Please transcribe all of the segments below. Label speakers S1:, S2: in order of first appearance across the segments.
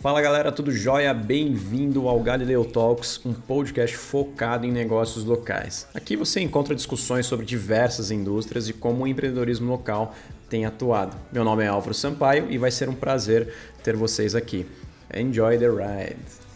S1: Fala galera, tudo jóia? Bem-vindo ao Galileu Talks, um podcast focado em negócios locais. Aqui você encontra discussões sobre diversas indústrias e como o empreendedorismo local tem atuado. Meu nome é Álvaro Sampaio e vai ser um prazer ter vocês aqui. Enjoy the ride!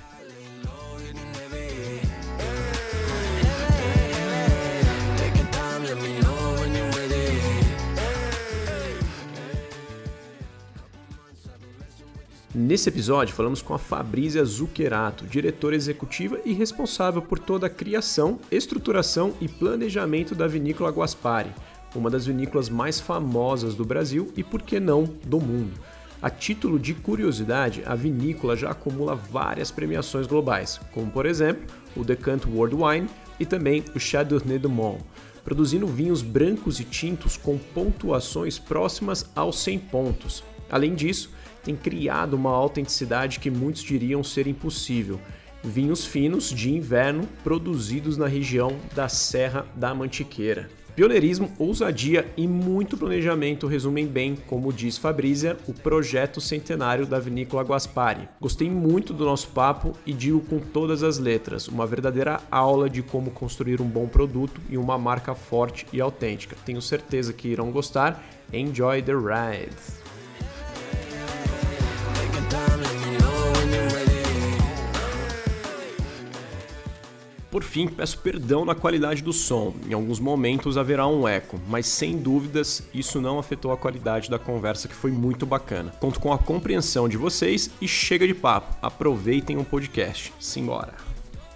S1: Nesse episódio, falamos com a Fabrícia Zuccherato, diretora executiva e responsável por toda a criação, estruturação e planejamento da vinícola Guaspari, uma das vinícolas mais famosas do Brasil e, por que não, do mundo. A título de curiosidade, a vinícola já acumula várias premiações globais, como, por exemplo, o Decant World Wine e também o Chardonnay du Monde, produzindo vinhos brancos e tintos com pontuações próximas aos 100 pontos. Além disso, tem criado uma autenticidade que muitos diriam ser impossível. Vinhos finos de inverno produzidos na região da Serra da Mantiqueira. Pioneirismo, ousadia e muito planejamento resumem bem, como diz Fabrícia, o projeto centenário da vinícola Guaspari. Gostei muito do nosso papo e digo com todas as letras, uma verdadeira aula de como construir um bom produto e uma marca forte e autêntica. Tenho certeza que irão gostar. Enjoy the ride! Por fim, peço perdão na qualidade do som. Em alguns momentos haverá um eco, mas sem dúvidas isso não afetou a qualidade da conversa, que foi muito bacana. Conto com a compreensão de vocês e chega de papo. Aproveitem o podcast. Simbora!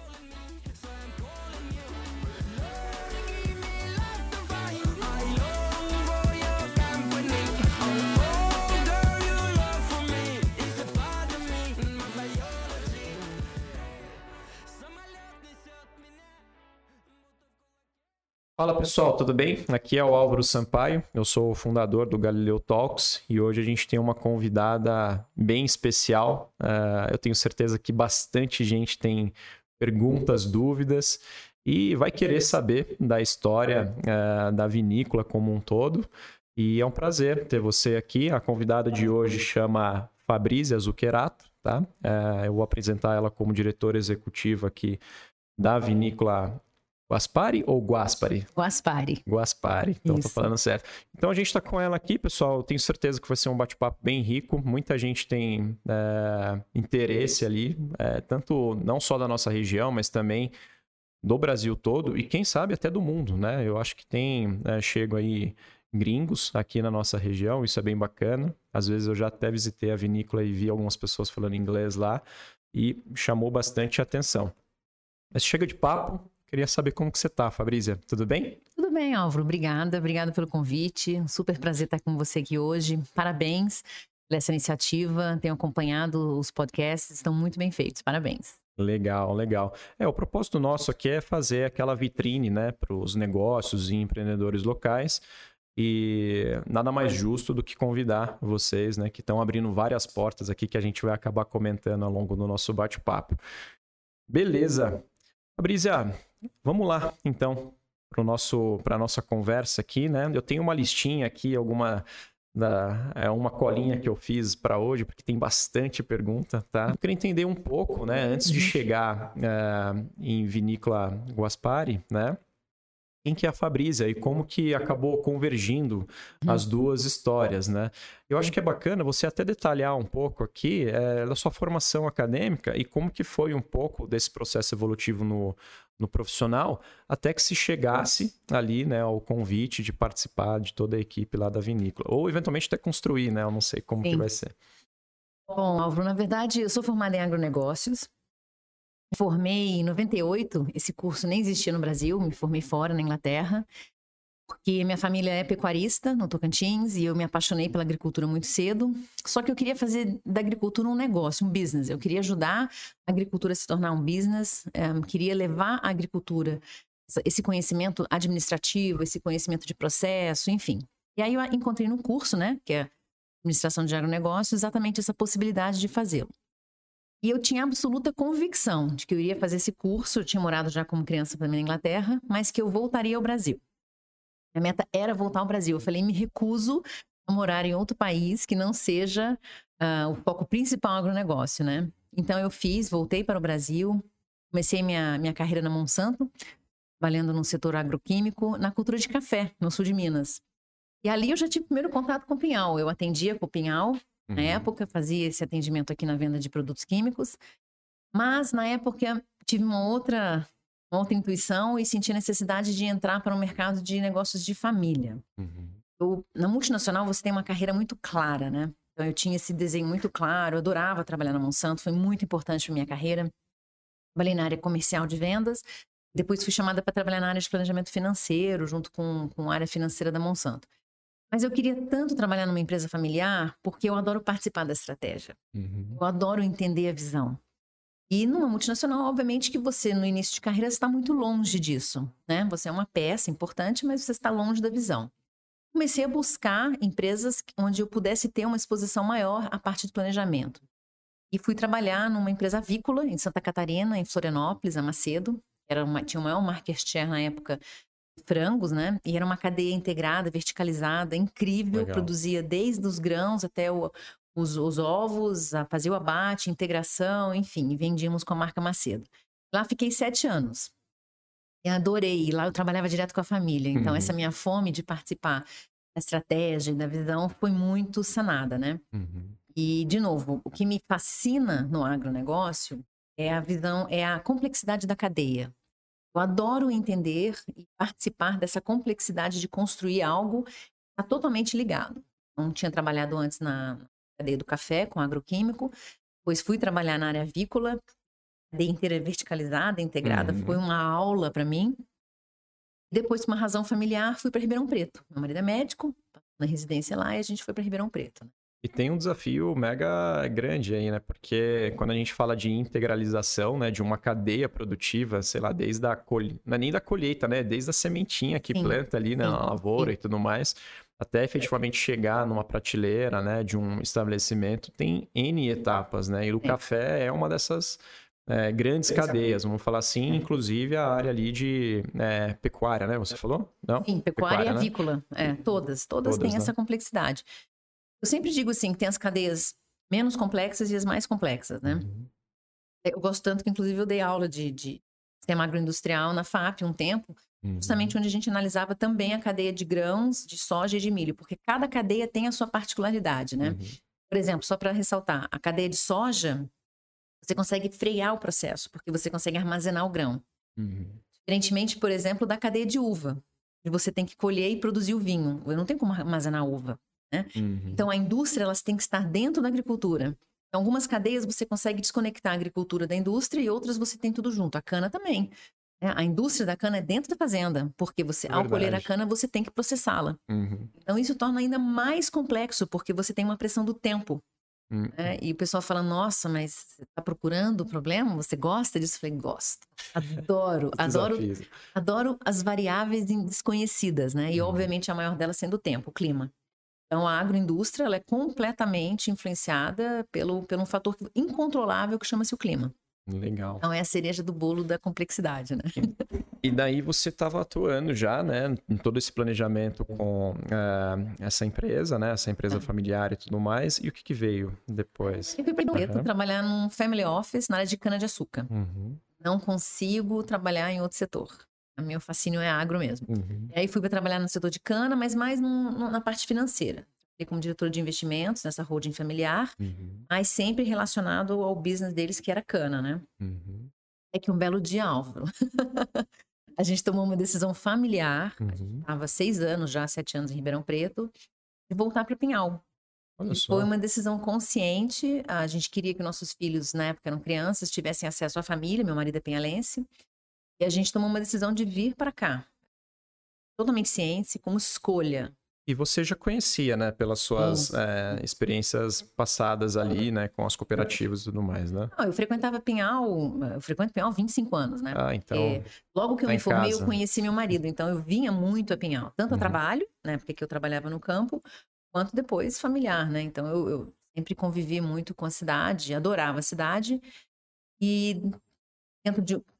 S1: Fala pessoal, tudo bem? Aqui é o Álvaro Sampaio, eu sou o fundador do Galileu Talks e hoje a gente tem uma convidada bem especial. Eu tenho certeza que bastante gente tem perguntas, dúvidas e vai querer saber da história da vinícola como um todo. E é um prazer ter você aqui. A convidada de hoje chama Fabrícia Zuccherato, tá? Eu vou apresentar ela como diretora executiva aqui da vinícola Guaspari ou Guaspari?
S2: Guaspari.
S1: Guaspari, então tô falando certo. Então a gente está com ela aqui, pessoal. Tenho certeza que vai ser um bate-papo bem rico. Muita gente tem interesse ali, tanto não só da nossa região, mas também do Brasil todo e quem sabe até do mundo, né? Eu acho que chegam aí gringos aqui na nossa região, isso é bem bacana. Às vezes eu já até visitei a vinícola e vi algumas pessoas falando inglês lá e chamou bastante atenção. Mas chega de papo. Queria saber como que você tá, Fabrícia. Tudo bem?
S2: Tudo bem, Álvaro. Obrigada. Obrigada pelo convite. Um super prazer estar com você aqui hoje. Parabéns por essa iniciativa. Tenho acompanhado os podcasts. Estão muito bem feitos. Parabéns.
S1: Legal, legal. O propósito nosso aqui é fazer aquela vitrine, né, para os negócios e empreendedores locais. E nada mais justo do que convidar vocês, né, que estão abrindo várias portas aqui que a gente vai acabar comentando ao longo do nosso bate-papo. Beleza. Fabrícia, vamos lá, então, para a nossa conversa aqui, né? Eu tenho uma listinha aqui, uma colinha que eu fiz para hoje, porque tem bastante pergunta, tá? Eu queria entender um pouco, né? Antes de chegar em Vinícola Guaspari, né? Quem que é a Fabrícia e como que acabou convergindo as duas histórias, né? Eu acho que é bacana você até detalhar um pouco aqui da sua formação acadêmica e como que foi um pouco desse processo evolutivo no profissional até que se chegasse ali, né, ao convite de participar de toda a equipe lá da vinícola. Ou eventualmente até construir, né? Eu não sei como que vai ser.
S2: Bom, Álvaro, na verdade eu sou formada em agronegócios. Formei em 98, esse curso nem existia no Brasil, me formei fora, na Inglaterra, porque minha família é pecuarista no Tocantins e eu me apaixonei pela agricultura muito cedo. Só que eu queria fazer da agricultura um negócio, um business. Eu queria ajudar a agricultura a se tornar um business, queria levar a agricultura, esse conhecimento administrativo, esse conhecimento de processo, enfim. E aí eu encontrei no curso, né, que é Administração de Agronegócio, exatamente essa possibilidade de fazê-lo. E eu tinha absoluta convicção de que eu iria fazer esse curso. Eu tinha morado já como criança também na Inglaterra, mas que eu voltaria ao Brasil. Minha meta era voltar ao Brasil. Eu falei, me recuso morar em outro país que não seja o foco principal agronegócio, né? Então eu voltei para o Brasil, comecei minha carreira na Monsanto, trabalhando no setor agroquímico, na cultura de café, no sul de Minas. E ali eu já tive o primeiro contato com o Pinhal. Eu atendia com o Pinhal, na época, fazia esse atendimento aqui na venda de produtos químicos. Mas, na época, tive uma outra intuição e senti a necessidade de entrar para o mercado de negócios de família. Na multinacional, você tem uma carreira muito clara, né? Então, eu tinha esse desenho muito claro, eu adorava trabalhar na Monsanto, foi muito importante para minha carreira. Trabalhei na área comercial de vendas, depois fui chamada para trabalhar na área de planejamento financeiro, junto com a área financeira da Monsanto. Mas eu queria tanto trabalhar numa empresa familiar, porque eu adoro participar da estratégia. Eu adoro entender a visão. E numa multinacional, obviamente que você, no início de carreira, está muito longe disso, né? Você é uma peça importante, mas você está longe da visão. Comecei a buscar empresas onde eu pudesse ter uma exposição maior à parte de planejamento. E fui trabalhar numa empresa avícola em Santa Catarina, em Florianópolis, a Macedo. Tinha o maior market share na época de frangos, né? E era uma cadeia integrada, verticalizada, incrível.
S1: Legal.
S2: Produzia desde os grãos até os ovos, fazia o abate, integração, enfim. Vendíamos com a marca Macedo. Lá fiquei 7 anos. E adorei. Lá eu trabalhava direto com a família. Então, essa minha fome de participar da estratégia e da visão foi muito sanada, né? E, de novo, o que me fascina no agronegócio é a visão, é a complexidade da cadeia. Eu adoro entender e participar dessa complexidade de construir algo que está totalmente ligado. Não tinha trabalhado antes na cadeia do café, com agroquímico, depois fui trabalhar na área avícola, cadeia inteira verticalizada, integrada, foi uma aula para mim. Depois, por uma razão familiar, fui para Ribeirão Preto. Meu marido é médico, na residência lá, e a gente foi para Ribeirão Preto.
S1: E tem um desafio mega grande aí, né? Porque quando a gente fala de integralização, né, de uma cadeia produtiva, sei lá, desde a não é nem da colheita, né? Desde a sementinha que planta ali na lavoura e tudo mais, até efetivamente chegar numa prateleira, né, de um estabelecimento, tem N etapas, né? E o café é uma dessas grandes cadeias, vamos falar assim, inclusive a área ali de pecuária, né? Você falou? Não?
S2: Sim, pecuária e avícola. Todas têm, né, essa complexidade. Eu sempre digo assim, que tem as cadeias menos complexas e as mais complexas, né? Eu gosto tanto que, inclusive, eu dei aula de sistema agroindustrial na FAP um tempo, justamente onde a gente analisava também a cadeia de grãos, de soja e de milho, porque cada cadeia tem a sua particularidade, né? Por exemplo, só para ressaltar, a cadeia de soja, você consegue frear o processo, porque você consegue armazenar o grão. Diferentemente, por exemplo, da cadeia de uva, que você tem que colher e produzir o vinho. Eu não tenho como armazenar uva. Né? Então, a indústria elas tem que estar dentro da agricultura. Em algumas cadeias você consegue desconectar a agricultura da indústria e outras você tem tudo junto. A cana também. A indústria da cana é dentro da fazenda, porque você, ao colher a cana, você tem que processá-la. Então, isso torna ainda mais complexo, porque você tem uma pressão do tempo. E o pessoal fala, nossa, mas você está procurando o problema? Você gosta disso? Eu falei, gosto. Adoro as variáveis desconhecidas, né? E, obviamente, a maior delas sendo o tempo, o clima. Então, a agroindústria ela é completamente influenciada pelo um fator incontrolável que chama-se o clima.
S1: Legal.
S2: Então, é a cereja do bolo da complexidade, né?
S1: E daí você estava atuando já, né, em todo esse planejamento com essa empresa, né, essa empresa familiar e tudo mais. E o que veio depois?
S2: Eu fui para trabalhar num family office na área de cana-de-açúcar. Não consigo trabalhar em outro setor. O meu fascínio é agro mesmo. E aí fui para trabalhar no setor de cana, mas mais na parte financeira. Fiquei como diretora de investimentos nessa holding familiar, mas sempre relacionado ao business deles, que era cana, né? É que um belo dia, Álvaro, a gente tomou uma decisão familiar, estava 6 anos já, 7 anos em Ribeirão Preto, de voltar para Pinhal.
S1: Olha só.
S2: Foi uma decisão consciente, a gente queria que nossos filhos, na época eram crianças, tivessem acesso à família, meu marido é pinhalense, e a gente tomou uma decisão de vir para cá. Totalmente ciente, como escolha.
S1: E você já conhecia, né? Pelas suas experiências passadas ali, né? Com as cooperativas e tudo mais, né?
S2: Não, eu frequentava Pinhal, eu frequento Pinhal há 25 anos, né?
S1: Então...
S2: logo que eu me formei, eu conheci meu marido. Então, eu vinha muito a Pinhal. Tanto a trabalho, né? Porque eu trabalhava no campo, quanto depois familiar, né? Então, eu sempre convivi muito com a cidade, adorava a cidade. E dentro de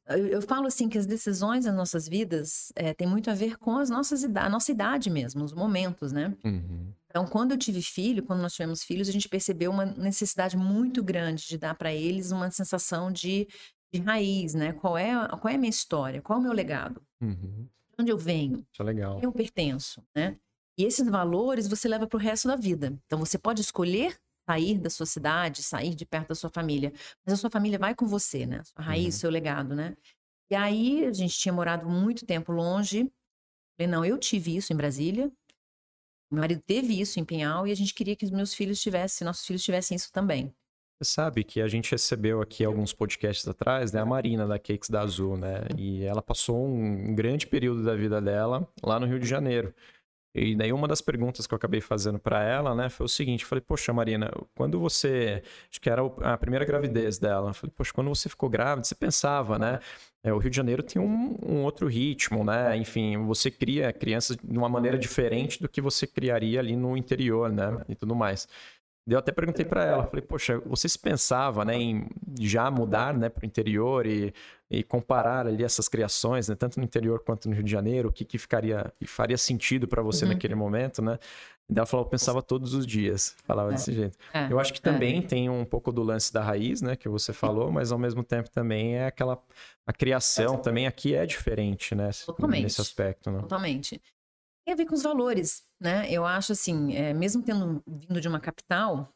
S2: eu falo assim que as decisões das nossas vidas têm muito a ver com a nossa idade mesmo, os momentos, né?
S1: Uhum.
S2: Então, quando eu tive filho, quando nós tivemos filhos, a gente percebeu uma necessidade muito grande de dar para eles uma sensação de raiz, né? Qual é a minha história? Qual é o meu legado?
S1: Uhum.
S2: De onde eu venho?
S1: Isso é legal.
S2: Eu pertenço, né? E esses valores você leva para o resto da vida. Então, você pode escolher sair da sua cidade, sair de perto da sua família, mas a sua família vai com você, né? Sua raiz, seu legado, né? E aí, a gente tinha morado muito tempo longe. Falei, não, eu tive isso em Brasília. Meu marido teve isso em Pinhal e a gente queria que os nossos filhos tivessem isso também.
S1: Você sabe que a gente recebeu aqui alguns podcasts atrás, né? A Marina da Cakes da Azul, né? E ela passou um grande período da vida dela lá no Rio de Janeiro. E daí uma das perguntas que eu acabei fazendo para ela, né, foi o seguinte, eu falei, poxa, Marina, quando você, acho que era a primeira gravidez dela, eu falei, poxa, quando você ficou grávida, você pensava, né, o Rio de Janeiro tem um outro ritmo, né, enfim, você cria crianças de uma maneira diferente do que você criaria ali no interior, né, e tudo mais. Eu até perguntei para ela, falei, poxa, você se pensava, né, em já mudar, né, para o interior e comparar ali essas criações, né, tanto no interior quanto no Rio de Janeiro, o que faria sentido para você naquele momento, né? E ela falou, eu pensava todos os dias, falava desse jeito. Eu acho que também tem um pouco do lance da raiz, né, que você falou, mas ao mesmo tempo também é a criação também aqui é diferente, né, nesse aspecto, né?
S2: Totalmente. Tem a ver com os valores, né? Eu acho assim, mesmo tendo vindo de uma capital,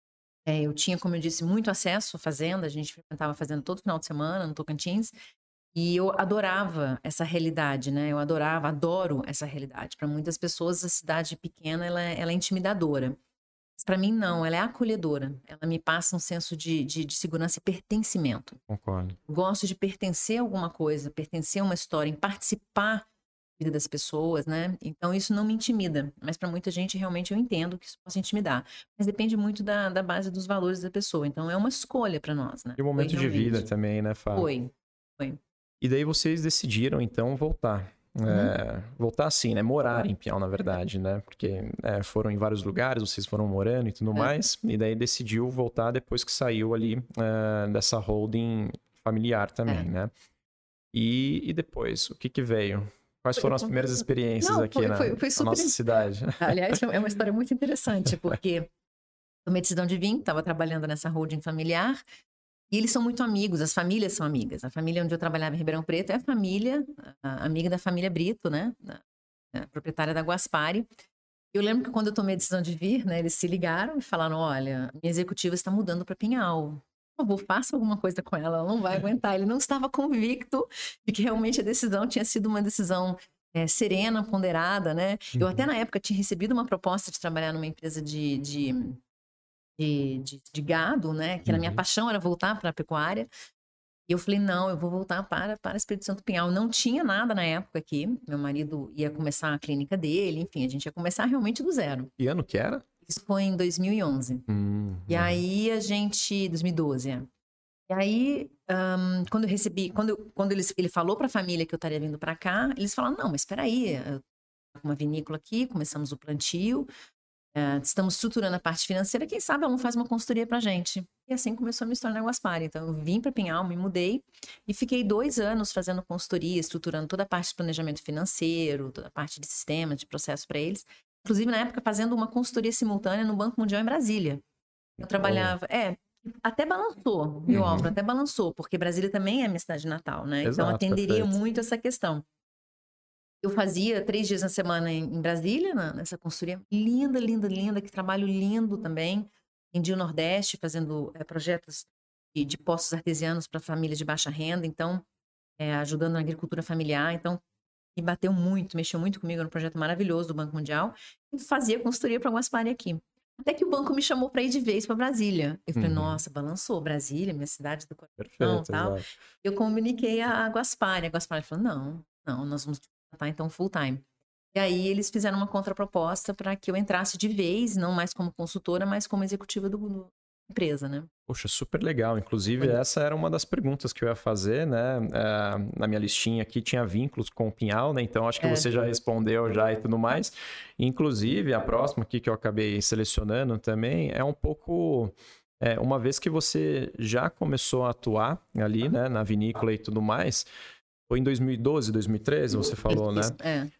S2: eu tinha, como eu disse, muito acesso à fazenda, a gente frequentava a fazenda todo final de semana, no Tocantins, e eu adorava essa realidade, né? Adoro essa realidade. Para muitas pessoas, a cidade pequena, ela é intimidadora. Mas para mim, não, ela é acolhedora. Ela me passa um senso de segurança e pertencimento.
S1: Concordo.
S2: Gosto de pertencer a alguma coisa, pertencer a uma história, em participar vida das pessoas, né? Então isso não me intimida, mas para muita gente realmente eu entendo que isso possa intimidar. Mas depende muito da base dos valores da pessoa. Então é uma escolha para nós, né?
S1: E o momento de vida também, né, Fá?
S2: Foi.
S1: E daí vocês decidiram então voltar. Voltar assim, né? Morar em Pinhal, na verdade, né? Porque foram em vários lugares, vocês foram morando e tudo mais. E daí decidiu voltar depois que saiu ali dessa holding familiar também, né? E depois, o que veio? Quais foram as primeiras experiências aqui na nossa cidade?
S2: Aliás, é uma história muito interessante, porque tomei a decisão de vir, estava trabalhando nessa holding familiar, e eles são muito amigos, as famílias são amigas. A família onde eu trabalhava em Ribeirão Preto é a família, amiga da família Brito, né? A proprietária da Guaspari. Eu lembro que quando eu tomei a decisão de vir, né, eles se ligaram e falaram, olha, minha executiva está mudando para Pinhal. Por favor, faça alguma coisa com ela, ela não vai aguentar. Ele não estava convicto de que realmente a decisão tinha sido uma decisão serena, ponderada, né? Eu até na época tinha recebido uma proposta de trabalhar numa empresa de gado, né? Que a minha paixão era voltar para a pecuária. E eu falei, não, eu vou voltar para Espírito Santo Pinhal. Não tinha nada na época aqui. Meu marido ia começar a clínica dele, enfim, a gente ia começar realmente do zero.
S1: Que ano que era?
S2: Isso foi em 2011. E aí a gente... 2012, E aí, quando eu recebi... Quando ele falou para a família que eu estaria vindo para cá, eles falaram, não, mas espera aí, eu tô com uma vinícola aqui, começamos o plantio, estamos estruturando a parte financeira, quem sabe ela não faz uma consultoria pra gente. E assim começou a minha história na Guaspari. Então eu vim para Pinhal, me mudei e fiquei 2 anos fazendo consultoria, estruturando toda a parte de planejamento financeiro, toda a parte de sistemas, de processo para eles. Inclusive, na época, fazendo uma consultoria simultânea no Banco Mundial em Brasília. Eu trabalhava... até balançou, viu, Álvaro? Até balançou, porque Brasília também é minha cidade natal, né?
S1: Exato,
S2: então atenderia
S1: perfeito.
S2: muito essa questão. Eu fazia 3 dias na semana em Brasília, nessa consultoria linda, linda, linda, que trabalho lindo também. Atendi o Nordeste, fazendo projetos de poços artesianos para famílias de baixa renda, então, ajudando na agricultura familiar. Então, me bateu muito, mexeu muito comigo no projeto maravilhoso do Banco Mundial. E fazia consultoria para Guaspari aqui. Até que o banco me chamou para ir de vez para Brasília. Eu falei, nossa, balançou, Brasília, minha cidade do coração.
S1: Perfeito,
S2: tal.
S1: exato.
S2: Eu comuniquei a Guaspari. A Guaspari falou, não, nós vamos contratar então full time. E aí eles fizeram uma contraproposta para que eu entrasse de vez, não mais como consultora, mas como executiva da empresa, né?
S1: Poxa, super legal. Inclusive, essa era uma das perguntas que eu ia fazer, né? Na minha listinha aqui tinha vínculos com o Pinhal, né? Então, acho que você já respondeu já e tudo mais. Inclusive, a próxima aqui que eu acabei selecionando também é um pouco uma vez que você já começou a atuar ali, né, na vinícola e tudo mais, foi em 2012, 2013, você falou, né?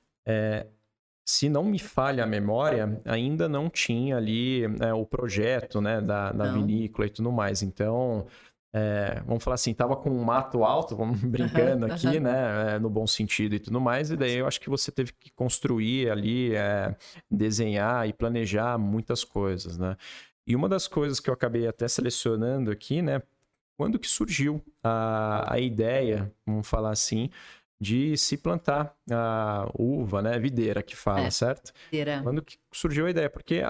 S1: Se não me falha a memória, ainda não tinha ali o projeto, né, da vinícola e tudo mais. Então, vamos falar assim, tava com um mato alto, vamos brincando aqui, né, no bom sentido e tudo mais. E daí eu acho que você teve que construir ali, desenhar e planejar muitas coisas, né? E uma das coisas que eu acabei até selecionando aqui, né, quando que surgiu a ideia, vamos falar assim, de se plantar a uva, né? Videira que fala, certo?
S2: Videira.
S1: Quando que surgiu a ideia? Porque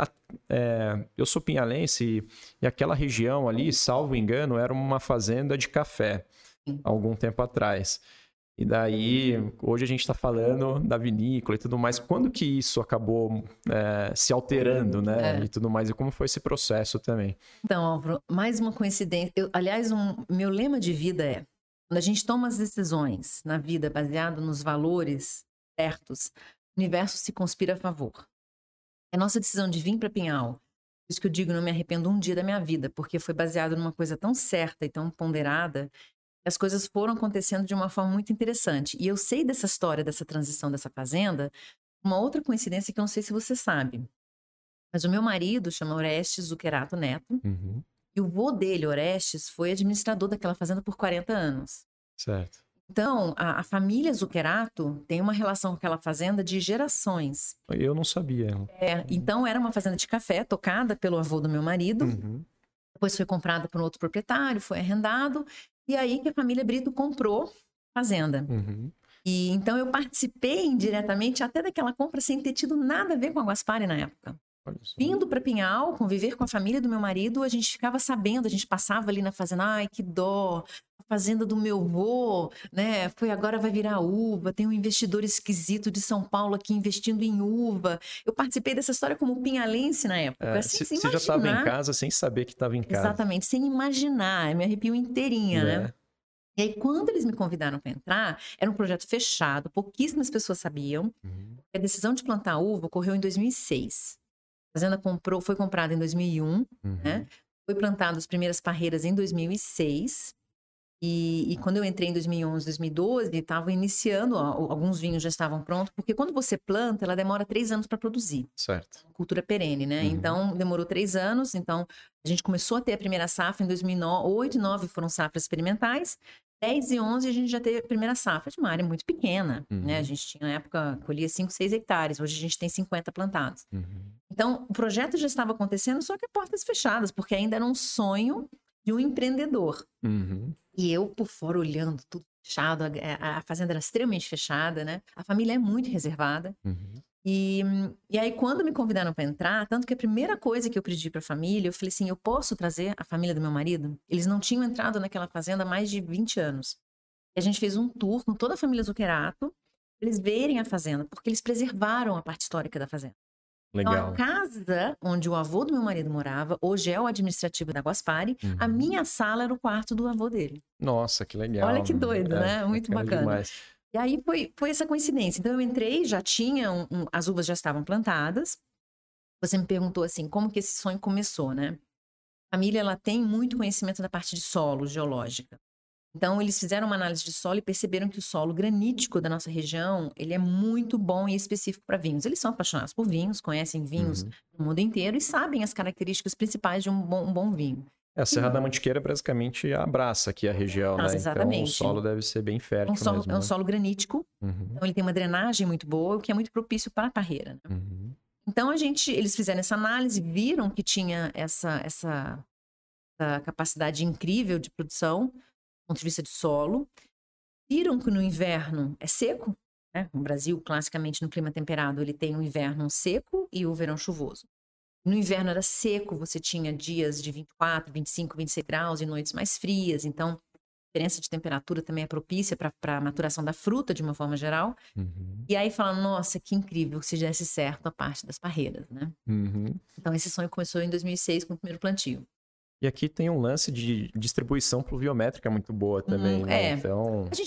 S1: eu sou pinhalense e aquela região ali, salvo engano, era uma fazenda de café, há algum tempo atrás. E daí, hoje a gente está falando da vinícola e tudo mais. Quando que isso acabou se alterando, né? E tudo mais. E como foi esse processo também?
S2: Então, Álvaro, mais uma coincidência. Aliás, meu lema de vida é: quando a gente toma as decisões na vida baseado nos valores certos, o universo se conspira a favor. A nossa decisão de vir para Pinhal, por isso que eu digo, não me arrependo um dia da minha vida, porque foi baseado numa coisa tão certa e tão ponderada, as coisas foram acontecendo de uma forma muito interessante. E eu sei dessa história, dessa transição dessa fazenda, uma outra coincidência que eu não sei se você sabe. Mas o meu marido chama Orestes Zuccherato Neto.
S1: Uhum.
S2: E o vô dele, Orestes, foi administrador daquela fazenda por 40 anos.
S1: Certo.
S2: Então, a família Zuccherato tem uma relação com aquela fazenda de gerações.
S1: Eu não sabia.
S2: Então, era uma fazenda de café tocada pelo avô do meu marido.
S1: Uhum.
S2: Depois foi comprada por um outro proprietário, foi arrendado. E aí que a família Brito comprou a fazenda.
S1: Uhum.
S2: E então eu participei indiretamente até daquela compra sem ter tido nada a ver com a Guaspari na época. Vindo para Pinhal, conviver com a família do meu marido, a gente ficava sabendo, a gente passava ali na fazenda, ai, que dó, a fazenda do meu avô, né, agora vai virar uva, tem um investidor esquisito de São Paulo aqui investindo em uva. Eu participei dessa história como pinhalense na época, sem
S1: você já estava em casa sem saber que estava em casa.
S2: Exatamente, sem imaginar, eu me arrepio inteirinha, né? E aí, quando eles me convidaram para entrar, era um projeto fechado, pouquíssimas pessoas sabiam. A decisão de plantar uva ocorreu em 2006. A fazenda foi comprada em 2001, né? Foi plantado as primeiras parreiras em 2006. E quando eu entrei em 2011, 2012, estava iniciando, alguns vinhos já estavam prontos, porque quando você planta, ela demora 3 anos para produzir.
S1: Certo.
S2: Cultura perene, né? Então, demorou 3 anos. Então, a gente começou a ter a primeira safra em 2008 e 2009 foram safras experimentais. 10 e 11 a gente já teve a primeira safra de uma área muito pequena, né? A gente tinha, na época, colhia 5, 6 hectares. Hoje a gente tem 50 plantados. Então, o projeto já estava acontecendo, só que a portas fechadas, porque ainda era um sonho de um empreendedor. E eu, por fora, olhando tudo fechado, a fazenda era extremamente fechada, né? A família é muito reservada. E aí, quando me convidaram para entrar, tanto que a primeira coisa que eu pedi para a família, eu falei assim, eu posso trazer a família do meu marido? Eles não tinham entrado naquela fazenda há mais de 20 anos. E a gente fez um tour com toda a família Zuccherato, para eles verem a fazenda, porque eles preservaram a parte histórica da fazenda.
S1: Legal.
S2: Então, a casa onde o avô do meu marido morava, hoje é o administrativo da Guaspari, a minha sala era o quarto do avô dele.
S1: Nossa, que legal.
S2: Olha que doido, né? Muito bacana.
S1: Demais.
S2: E aí foi essa coincidência. Então eu entrei, já tinha, as uvas já estavam plantadas. Você me perguntou assim, como que esse sonho começou, né? A família, ela tem muito conhecimento da parte de solo, geológica. Então eles fizeram uma análise de solo e perceberam que o solo granítico da nossa região, ele é muito bom e específico para vinhos. Eles são apaixonados por vinhos, conhecem vinhos do mundo inteiro e sabem as características principais de um bom vinho.
S1: A Serra da Mantiqueira basicamente abraça aqui a região, né?
S2: Exatamente.
S1: Então o solo deve ser bem fértil mesmo.
S2: É um solo granítico, então ele tem uma drenagem muito boa, o que é muito propício para a parreira. Né? Então eles fizeram essa análise, viram que tinha essa capacidade incrível de produção, do ponto de vista de solo, viram que no inverno é seco, né? O Brasil, classicamente, no clima temperado, ele tem o inverno seco e o verão chuvoso. No inverno era seco, você tinha dias de 24, 25, 26 graus e noites mais frias. Então, a diferença de temperatura também é propícia para a maturação da fruta, de uma forma geral. E aí falaram, nossa, que incrível se desse certo a parte das parreiras, né? Então, esse sonho começou em 2006 com o primeiro plantio.
S1: E aqui tem um lance de distribuição pluviométrica muito boa também, né? Então...
S2: A gente tem um período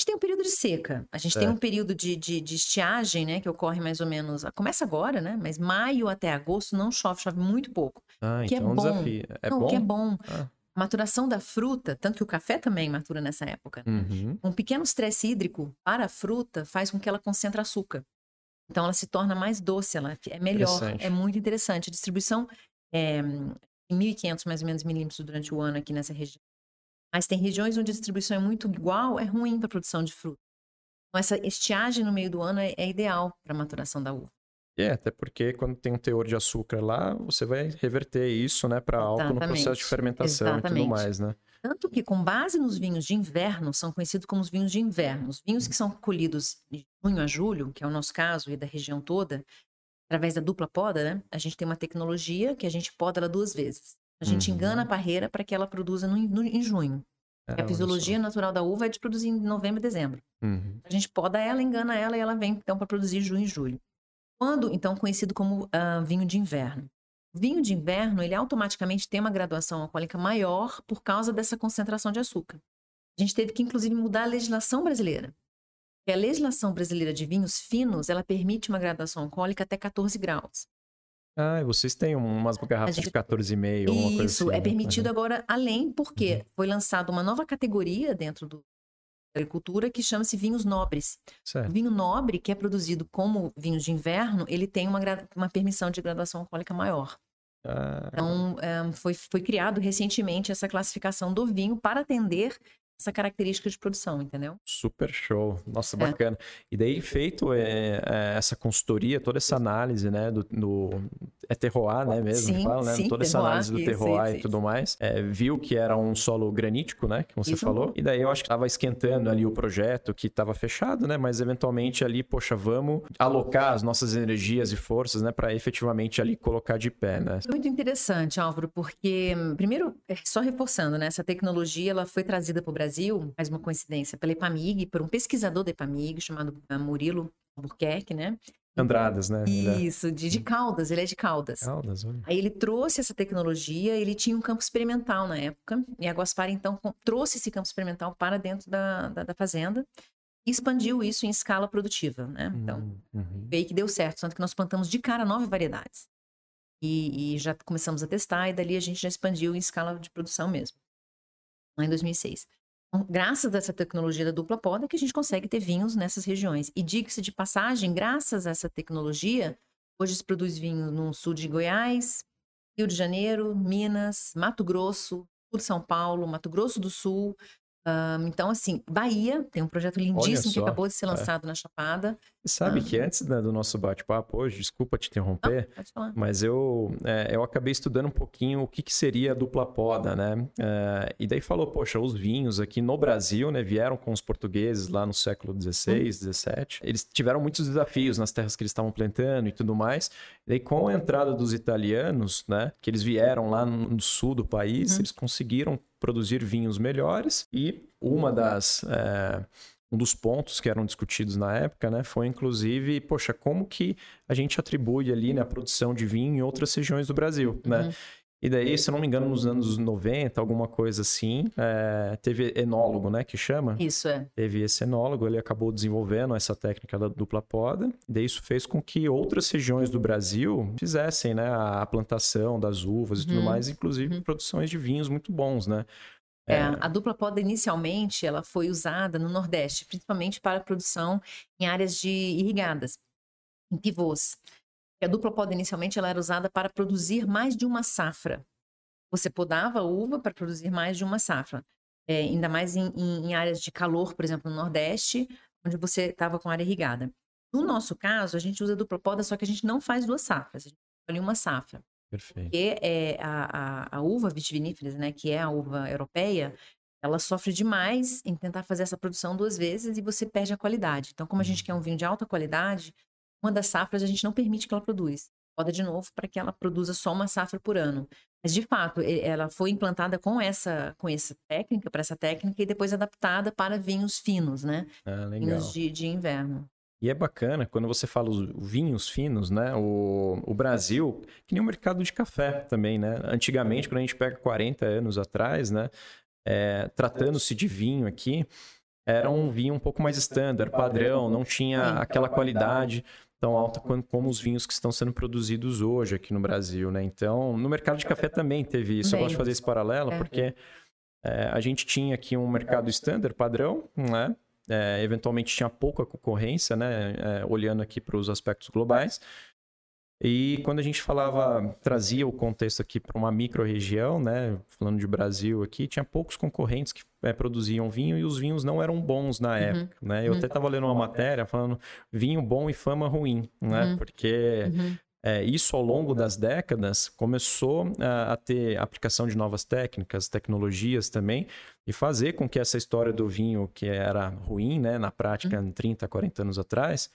S2: de seca. A gente tem um período de estiagem, né? Que ocorre mais ou menos... Começa agora, né? Mas maio até agosto não chove, chove muito pouco. Que
S1: então
S2: é
S1: um
S2: bom.
S1: desafio. Bom?
S2: Que é bom. A maturação da fruta, tanto que o café também matura nessa época. Um pequeno estresse hídrico para a fruta faz com que ela concentre açúcar. Então, ela se torna mais doce, ela é melhor. É muito interessante. A distribuição é 1.500, mais ou menos, milímetros durante o ano aqui nessa região. Mas tem regiões onde a distribuição é muito igual, é ruim para a produção de fruta. Então, essa estiagem no meio do ano é ideal para a maturação da uva.
S1: Até porque quando tem um teor de açúcar lá, você vai reverter isso, né, para álcool no processo de fermentação e tudo mais, né?
S2: Tanto que, com base nos vinhos de inverno, são conhecidos como os vinhos de inverno. Os vinhos que são colhidos de junho a julho, que é o nosso caso e da região toda, através da dupla poda, né? A gente tem uma tecnologia que a gente poda ela 2 vezes. A gente engana a parreira para que ela produza em junho. A fisiologia natural da uva é de produzir em novembro e dezembro. A gente poda ela, engana ela e ela vem, então, para produzir junho e julho. Então, conhecido como vinho de inverno. Vinho de inverno, ele automaticamente tem uma graduação alcoólica maior por causa dessa concentração de açúcar. A gente teve que, inclusive, mudar a legislação brasileira. Porque a legislação brasileira de vinhos finos, ela permite uma graduação alcoólica até 14 graus.
S1: E vocês têm umas garrafas de 14,5, alguma coisa assim.
S2: Isso, é permitido agora além, porque foi lançada uma nova categoria dentro da agricultura que chama-se vinhos nobres.
S1: Certo.
S2: O vinho nobre, que é produzido como vinhos de inverno, ele tem uma permissão de graduação alcoólica maior. Então, foi criado recentemente essa classificação do vinho para atender essa característica de produção, entendeu?
S1: Super show. Nossa, bacana. E daí, feito essa consultoria, toda essa análise, né, é terroir, né, mesmo?
S2: Sim,
S1: fala, né?
S2: sim,
S1: toda essa análise do terroir e tudo mais. Viu que era um solo granítico, né, que você falou. E daí eu acho que estava esquentando ali o projeto, que estava fechado, né, mas eventualmente ali, poxa, vamos alocar as nossas energias e forças, né, para efetivamente ali colocar de pé, né?
S2: Muito interessante, Álvaro, porque, primeiro, só reforçando, né, essa tecnologia, ela foi trazida para o Brasil, mais uma coincidência, pela EPAMIG, por um pesquisador da EPAMIG, chamado Murilo Albuquerque, né?
S1: Andradas, né?
S2: Isso, de Caldas, ele é de Caldas.
S1: Caldas, olha.
S2: Aí ele trouxe essa tecnologia, ele tinha um campo experimental na época, e a Guaspari, então, trouxe esse campo experimental para dentro da fazenda e expandiu isso em escala produtiva, né? Então, veio que deu certo, tanto que nós plantamos de cara 9 variedades. E já começamos a testar, e dali a gente já expandiu em escala de produção mesmo, lá em 2006. Então, graças a essa tecnologia da dupla poda que a gente consegue ter vinhos nessas regiões. E diga-se de passagem, graças a essa tecnologia, hoje se produz vinho no sul de Goiás, Rio de Janeiro, Minas, Mato Grosso, sul de São Paulo, Mato Grosso do Sul. Então, assim, Bahia tem um projeto lindíssimo que acabou de ser lançado na Chapada.
S1: Você sabe que antes, né, do nosso bate-papo hoje, desculpa te interromper,
S2: pode falar.
S1: Mas eu acabei estudando um pouquinho o que seria a dupla poda, né? E daí falou, poxa, os vinhos aqui no Brasil, né, vieram com os portugueses lá no século XVI, XVII. Eles tiveram muitos desafios nas terras que eles estavam plantando e tudo mais. E daí, com a entrada dos italianos, né, que eles vieram lá no sul do país, eles conseguiram produzir vinhos melhores e um dos pontos que eram discutidos na época, né, foi inclusive, poxa, como que a gente atribui ali, né, a produção de vinho em outras regiões do Brasil, né? E daí, se eu não me engano, nos anos 90, alguma coisa assim, teve enólogo, né, que chama?
S2: Isso,
S1: Teve esse enólogo, ele acabou desenvolvendo essa técnica da dupla poda. E daí isso fez com que outras regiões do Brasil fizessem, né, a plantação das uvas e tudo mais, inclusive produções de vinhos muito bons, né?
S2: A dupla poda, inicialmente, ela foi usada no Nordeste, principalmente para a produção em áreas irrigadas, em pivôs. A dupla poda, inicialmente, ela era usada para produzir mais de uma safra. Você podava a uva para produzir mais de uma safra. Ainda mais em áreas de calor, por exemplo, no Nordeste, onde você estava com área irrigada. No nosso caso, a gente usa dupla poda, só que a gente não faz 2 safras. A gente escolhe uma safra.
S1: Perfeito.
S2: Porque a uva vitivinífera, né, que é a uva europeia, ela sofre demais em tentar fazer essa produção 2 vezes e você perde a qualidade. Então, como a gente quer um vinho de alta qualidade, uma das safras a gente não permite que ela produza. Poda de novo para que ela produza só uma safra por ano. Mas, de fato, ela foi implantada com essa técnica, para essa técnica, e depois adaptada para vinhos finos, né?
S1: Legal.
S2: Vinhos de inverno.
S1: E é bacana, quando você fala os vinhos finos, né? O Brasil, que nem o mercado de café também, né? Antigamente, quando a gente pega 40 anos atrás, né? Tratando-se de vinho aqui, era um vinho um pouco mais standard, padrão, não tinha aquela qualidade tão alta como os vinhos que estão sendo produzidos hoje aqui no Brasil, né? Então, no mercado de café também teve isso. Eu gosto de fazer esse paralelo porque a gente tinha aqui um mercado standard, padrão, né? Eventualmente tinha pouca concorrência, né? Olhando aqui para os aspectos globais. E quando a gente trazia o contexto aqui para uma micro-região, né? Falando de Brasil aqui, tinha poucos concorrentes que produziam vinho e os vinhos não eram bons na época, né? Eu até estava lendo uma matéria falando vinho bom e fama ruim, né? Porque isso ao longo das décadas começou a ter aplicação de novas técnicas, tecnologias também, e fazer com que essa história do vinho que era ruim, né? Na prática, 30, 40 anos atrás,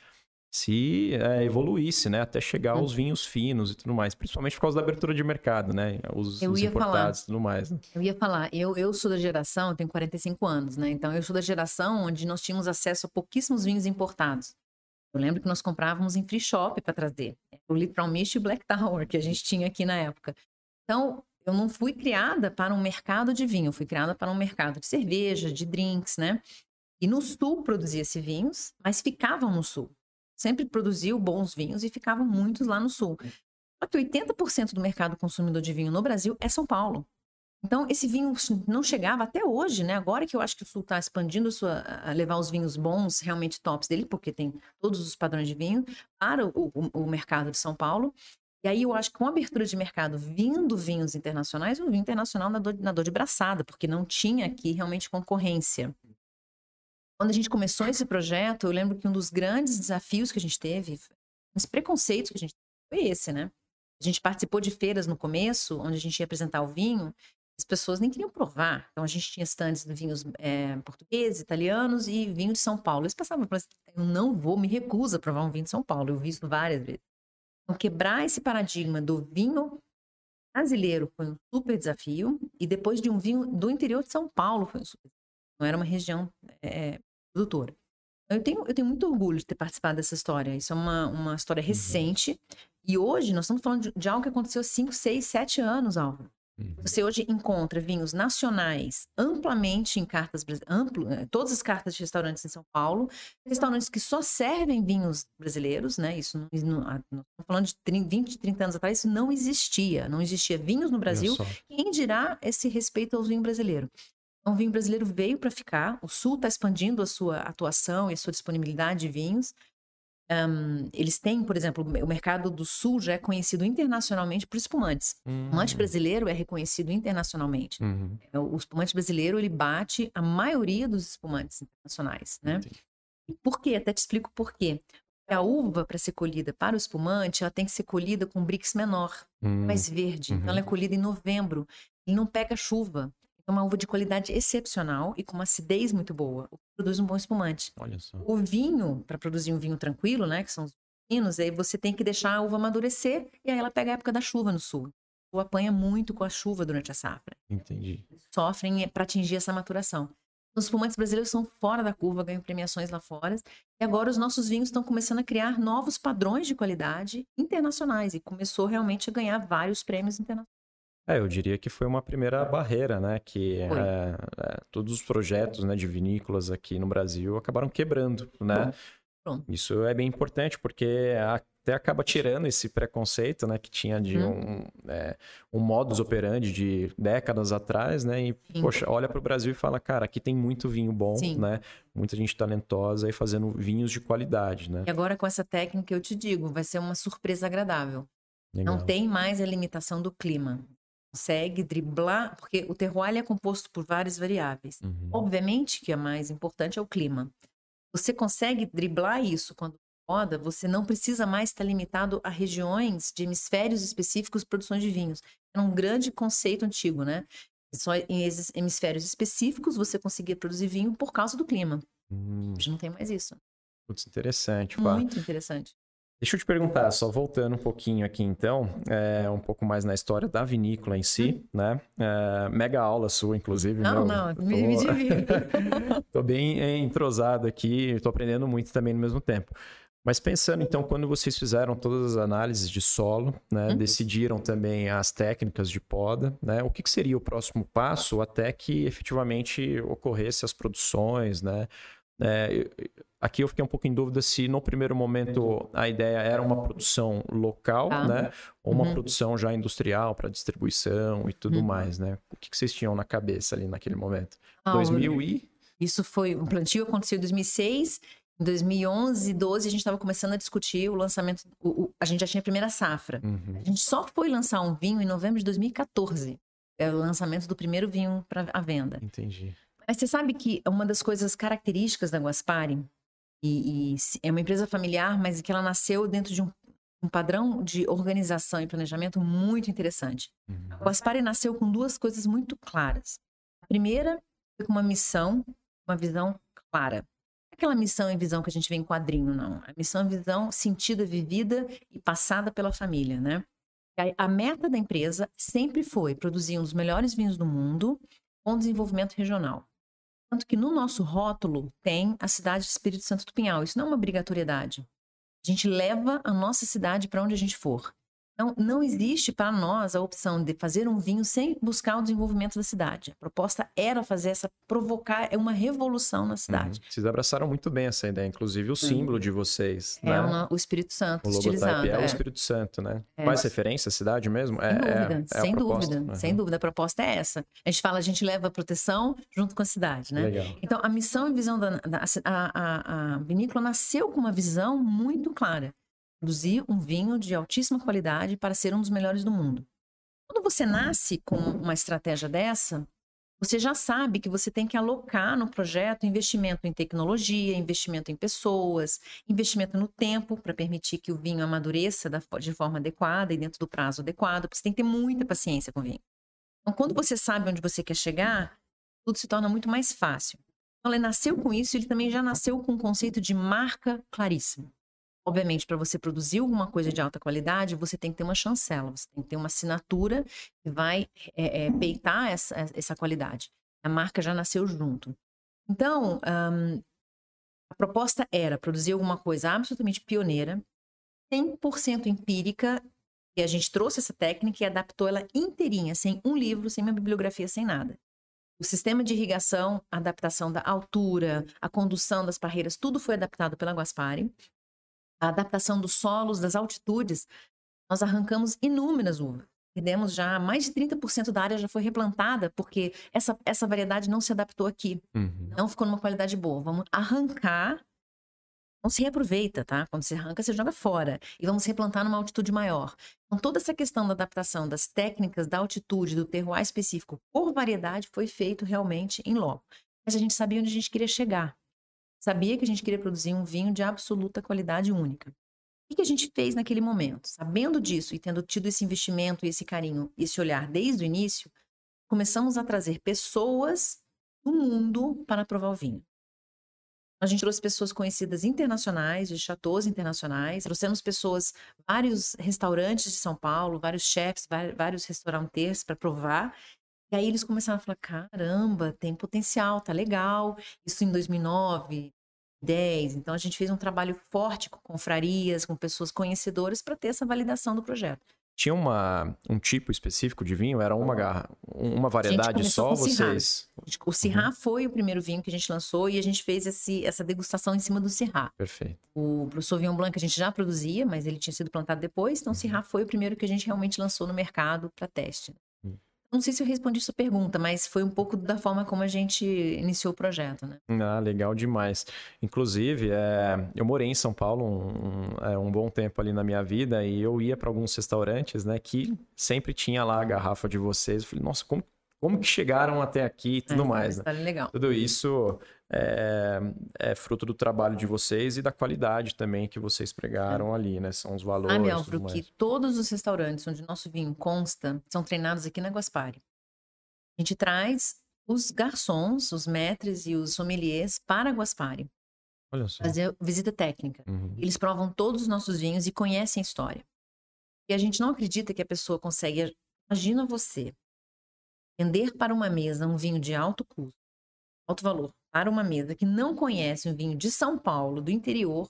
S1: se evoluísse, né? Até chegar aos vinhos finos e tudo mais. Principalmente por causa da abertura de mercado, né? Os importados e tudo mais. Né?
S2: Eu ia falar, eu sou da geração, eu tenho 45 anos, né? Então eu sou da geração onde nós tínhamos acesso a pouquíssimos vinhos importados. Eu lembro que nós comprávamos em free shop para trazer. O Litraumisch e o Black Tower, que a gente tinha aqui na época. Então, eu não fui criada para um mercado de vinho. Eu fui criada para um mercado de cerveja, de drinks, né? E no sul produzia-se vinhos, mas ficavam no sul. Sempre produziu bons vinhos e ficavam muitos lá no sul. Só que 80% do mercado consumidor de vinho no Brasil é São Paulo. Então, esse vinho não chegava até hoje, né? Agora que eu acho que o sul está expandindo a levar os vinhos bons, realmente tops dele, porque tem todos os padrões de vinho, para o mercado de São Paulo. E aí eu acho que com a abertura de mercado vindo vinhos internacionais, o vinho internacional nadou de braçada, porque não tinha aqui realmente concorrência. Quando a gente começou esse projeto, eu lembro que um dos grandes desafios que a gente teve, os preconceitos que a gente teve, foi esse, né? A gente participou de feiras no começo, onde a gente ia apresentar o vinho, as pessoas nem queriam provar. Então, a gente tinha stands de vinhos portugueses, italianos e vinho de São Paulo. Eles passavam por eu não vou, me recuso a provar um vinho de São Paulo. Eu vi isso várias vezes. Então, quebrar esse paradigma do vinho brasileiro foi um super desafio. E depois de um vinho do interior de São Paulo foi um super desafio. Não era uma região produtora. Eu tenho muito orgulho de ter participado dessa história. Isso é uma história recente. E hoje nós estamos falando de algo que aconteceu há 5, 6, 7 anos, Álvaro. Você hoje encontra vinhos nacionais amplamente em cartas, todas as cartas de restaurantes em São Paulo, restaurantes que só servem vinhos brasileiros, né? Nós estamos falando de 20, 30 anos atrás, isso não existia. Não existia vinhos no Brasil. Quem dirá esse respeito ao vinho brasileiro? Então, o vinho brasileiro veio para ficar. O Sul está expandindo a sua atuação e a sua disponibilidade de vinhos. Eles têm, por exemplo, o mercado do Sul já é conhecido internacionalmente por espumantes. O espumante brasileiro é reconhecido internacionalmente. O espumante brasileiro, ele bate a maioria dos espumantes internacionais, né? E por quê? Até te explico por quê. A uva, para ser colhida para o espumante, ela tem que ser colhida com brix menor, mais verde. Então, ela é colhida em novembro. E não pega chuva. É uma uva de qualidade excepcional e com uma acidez muito boa. Produz um bom espumante.
S1: Olha só.
S2: O vinho, para produzir um vinho tranquilo, né, que são os vinhos, aí você tem que deixar a uva amadurecer e aí ela pega a época da chuva no sul. O apanha muito com a chuva durante a safra.
S1: Entendi.
S2: Sofrem para atingir essa maturação. Os espumantes brasileiros são fora da curva, ganham premiações lá fora. E agora os nossos vinhos estão começando a criar novos padrões de qualidade internacionais e começou realmente a ganhar vários prêmios internacionais.
S1: Eu diria que foi uma primeira barreira, né? Que todos os projetos, né, de vinícolas aqui no Brasil acabaram quebrando, né? Isso é bem importante, porque até acaba tirando esse preconceito, né? Que tinha de um modus operandi de décadas atrás, né? E, poxa, olha para o Brasil e fala, cara, aqui tem muito vinho bom, né? Muita gente talentosa e fazendo vinhos de qualidade, né?
S2: E agora com essa técnica, eu te digo, vai ser uma surpresa agradável.
S1: Legal.
S2: Não tem mais a limitação do clima. Consegue driblar, porque o terroir é composto por várias variáveis. Obviamente que a mais importante é o clima. Você consegue driblar isso quando roda, você não precisa mais estar limitado a regiões de hemisférios específicos de produções de vinhos. É um grande conceito antigo, né? Só em hemisférios específicos você conseguia produzir vinho por causa do clima. Hoje não tem mais isso.
S1: Putz, interessante, Pá.
S2: Muito interessante.
S1: Deixa eu te perguntar, só voltando um pouquinho aqui então, um pouco mais na história da vinícola em si, né? Mega aula sua, inclusive.
S2: Me divirto.
S1: Tô bem entrosado aqui, tô aprendendo muito também no mesmo tempo. Mas pensando, então, quando vocês fizeram todas as análises de solo, né, decidiram também as técnicas de poda, né, o que seria o próximo passo até que efetivamente ocorresse as produções, né? Aqui eu fiquei um pouco em dúvida se no primeiro momento a ideia era uma produção local, né, ou uma produção já industrial para distribuição e tudo mais, né? O que vocês tinham na cabeça ali naquele momento? 2000 e...
S2: Isso foi, o plantio aconteceu em 2006, em 2011, 12 a gente estava começando a discutir o lançamento, a gente já tinha a primeira safra. A gente só foi lançar um vinho em novembro de 2014, é o lançamento do primeiro vinho para a venda.
S1: Entendi.
S2: Mas você sabe que uma das coisas características da Guaspari, e é uma empresa familiar, mas que ela nasceu dentro de um padrão de organização e planejamento muito interessante. A Guaspari nasceu com duas coisas muito claras. A primeira foi com uma missão, uma visão clara. Aquela missão e visão que a gente vê em quadrinho, não. A missão e visão sentida, vivida e passada pela família, né? A meta da empresa sempre foi produzir um dos melhores vinhos do mundo com desenvolvimento regional. Tanto que no nosso rótulo tem a cidade de Espírito Santo do Pinhal. Isso não é uma obrigatoriedade. A gente leva a nossa cidade para onde a gente for. Então, não existe para nós a opção de fazer um vinho sem buscar o desenvolvimento da cidade. A proposta era fazer provocar uma revolução na cidade.
S1: Vocês abraçaram muito bem essa ideia, inclusive o símbolo de vocês, né?
S2: O Espírito Santo,
S1: o
S2: estilizado.
S1: É o Espírito Santo, né? Faz referência à cidade mesmo?
S2: Sem dúvida, sem dúvida. A proposta é essa. A gente fala, a gente leva a proteção junto com a cidade, né?
S1: Legal.
S2: Então, a missão e visão a vinícola nasceu com uma visão muito clara. Produzir um vinho de altíssima qualidade para ser um dos melhores do mundo. Quando você nasce com uma estratégia dessa, você já sabe que você tem que alocar no projeto investimento em tecnologia, investimento em pessoas, investimento no tempo para permitir que o vinho amadureça de forma adequada e dentro do prazo adequado, porque você tem que ter muita paciência com o vinho. Então, quando você sabe onde você quer chegar, tudo se torna muito mais fácil. Então, ele nasceu com isso, ele também já nasceu com um conceito de marca claríssimo. Obviamente, para você produzir alguma coisa de alta qualidade, você tem que ter uma chancela, você tem que ter uma assinatura que vai peitar essa qualidade. A marca já nasceu junto. Então, a proposta era produzir alguma coisa absolutamente pioneira, 100% empírica, e a gente trouxe essa técnica e adaptou ela inteirinha, sem um livro, sem uma bibliografia, sem nada. O sistema de irrigação, a adaptação da altura, a condução das parreiras, tudo foi adaptado pela Guaspari. A adaptação dos solos, das altitudes, nós arrancamos inúmeras uvas. Perdemos já mais de 30% da área já foi replantada porque essa variedade não se adaptou aqui. Não ficou numa qualidade boa. Vamos arrancar, não se reaproveita, tá? Quando você arranca, você joga fora. E vamos replantar numa altitude maior. Então, toda essa questão da adaptação das técnicas da altitude, do terroir específico por variedade foi feito realmente em loco. Mas a gente sabia onde a gente queria chegar. Sabia que a gente queria produzir um vinho de absoluta qualidade única. O que a gente fez naquele momento? Sabendo disso e tendo tido esse investimento e esse carinho, esse olhar desde o início, começamos a trazer pessoas do mundo para provar o vinho. A gente trouxe pessoas conhecidas internacionais, de chateaus internacionais, trouxemos pessoas, vários restaurantes de São Paulo, vários chefs, vários restaurantes para provar. E aí eles começaram a falar, caramba, tem potencial, tá legal. Isso em 2009, 2010. Então a gente fez um trabalho forte com confrarias, com pessoas conhecedoras para ter essa validação do projeto.
S1: Tinha um tipo específico de vinho? Era uma variedade só? Vocês?
S2: O Syrah foi o primeiro vinho que a gente lançou e a gente fez essa degustação em cima do Syrah.
S1: Perfeito.
S2: O Sauvignon Blanc a gente já produzia, mas ele tinha sido plantado depois. Então o Syrah foi o primeiro que a gente realmente lançou no mercado para teste. Não sei se eu respondi sua pergunta, mas foi um pouco da forma como a gente iniciou o projeto, né?
S1: Ah, legal demais. Inclusive, eu morei em São Paulo um bom tempo ali na minha vida e eu ia para alguns restaurantes, né, que sempre tinha lá a garrafa de vocês. Eu falei, nossa, como que chegaram até aqui e tudo mais, né?
S2: Legal.
S1: Tudo isso é fruto do trabalho de vocês e da qualidade também que vocês pregaram ali, né? São os valores.
S2: Sabe, Álvaro, que todos os restaurantes onde nosso vinho consta são treinados aqui na Guaspari. A gente traz os garçons, os maîtres e os sommeliers para a Guaspari.
S1: Olha só.
S2: Fazer visita técnica. Eles provam todos os nossos vinhos e conhecem a história. E a gente não acredita que a pessoa consegue... Imagina você vender para uma mesa um vinho de alto custo, alto valor, para uma mesa que não conhece um vinho de São Paulo, do interior,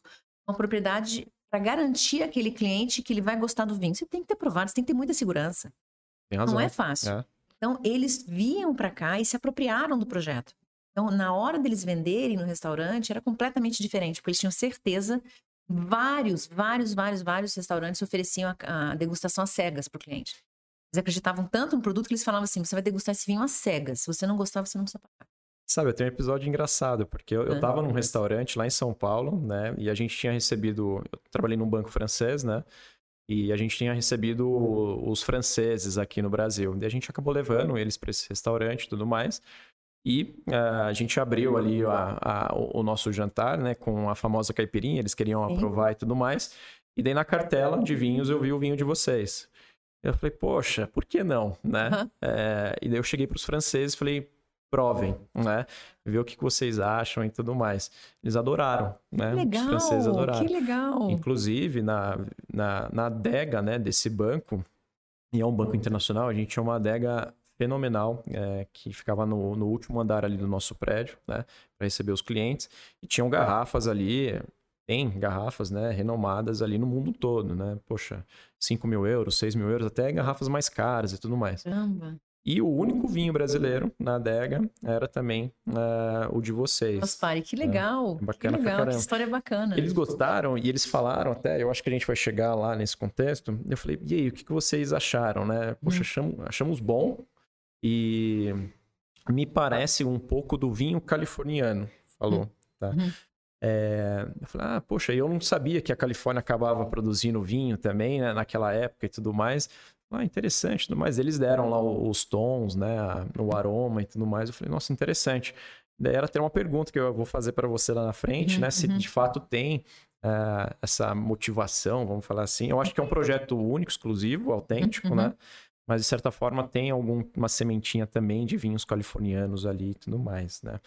S2: uma propriedade para garantir aquele cliente que ele vai gostar do vinho. Você tem que ter provado, você tem que ter muita segurança.
S1: Tem razão.
S2: Não é fácil. Então, eles vinham para cá e se apropriaram do projeto. Então, na hora deles venderem no restaurante, era completamente diferente, porque eles tinham certeza. Vários restaurantes ofereciam a degustação às cegas para o cliente. Eles acreditavam tanto no produto que eles falavam assim: você vai degustar esse vinho às cegas. Se você não gostar, você não precisa pagar.
S1: Sabe, tem um episódio engraçado, porque eu tava num restaurante lá em São Paulo, né? E a gente tinha recebido... Eu trabalhei num banco francês, né? E a gente tinha recebido os franceses aqui no Brasil. E a gente acabou levando eles para esse restaurante e tudo mais. E a gente abriu ali o nosso jantar, né? Com a famosa caipirinha. Eles queriam aprovar e tudo mais. E daí na cartela de vinhos eu vi o vinho de vocês. Eu falei, poxa, por que não, né? E daí eu cheguei para os franceses e falei... Provem, né? Ver o que vocês acham e tudo mais. Eles adoraram, né?
S2: Legal,
S1: os franceses adoraram.
S2: Que legal!
S1: Inclusive, na adega, né, desse banco, e é um banco internacional, a gente tinha uma adega fenomenal, que ficava no último andar ali do nosso prédio, né? Para receber os clientes. E tinham garrafas ali... Tem garrafas, né, renomadas ali no mundo todo, né? Poxa, 5 mil euros, 6 mil euros, até garrafas mais caras e tudo mais.
S2: Caramba!
S1: E o único vinho brasileiro na adega era também o de vocês.
S2: Gwaspari, que legal.
S1: Bacana
S2: que legal,
S1: pra caramba.
S2: que história bacana.
S1: Eles gostaram e eles falaram até, eu acho que a gente vai chegar lá nesse contexto. Eu falei, e aí, o que vocês acharam, né? Poxa, achamos bom e me parece um pouco do vinho californiano, falou, tá? Eu falei, poxa, eu não sabia que a Califórnia acabava produzindo vinho também, né, naquela época e tudo mais. Interessante, tudo mais. Eles deram lá os tons, né, o aroma e tudo mais. Eu falei, nossa, interessante. Daí era até uma pergunta que eu vou fazer para você lá na frente, né, se de fato tem essa motivação, vamos falar assim. Eu acho que é um projeto único, exclusivo, autêntico, né? Mas de certa forma tem uma sementinha também de vinhos californianos ali e tudo mais, né?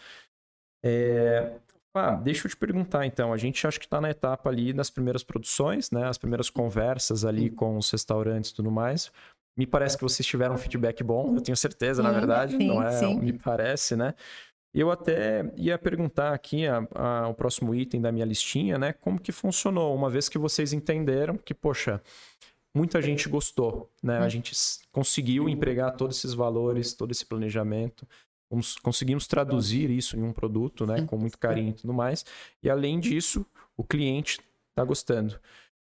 S1: Deixa eu te perguntar, então. A gente acha que está na etapa ali das primeiras produções, né? As primeiras conversas ali com os restaurantes e tudo mais. Me parece que vocês tiveram um feedback bom, eu tenho certeza, na verdade.
S2: Sim,
S1: não é?
S2: Sim.
S1: Me parece, né? Eu até ia perguntar aqui o próximo item da minha listinha, né? Como que funcionou, uma vez que vocês entenderam que, poxa, muita gente gostou, né? A gente conseguiu empregar todos esses valores, todo esse planejamento. Conseguimos traduzir isso em um produto, né, com muito carinho e tudo mais. E além disso, o cliente está gostando.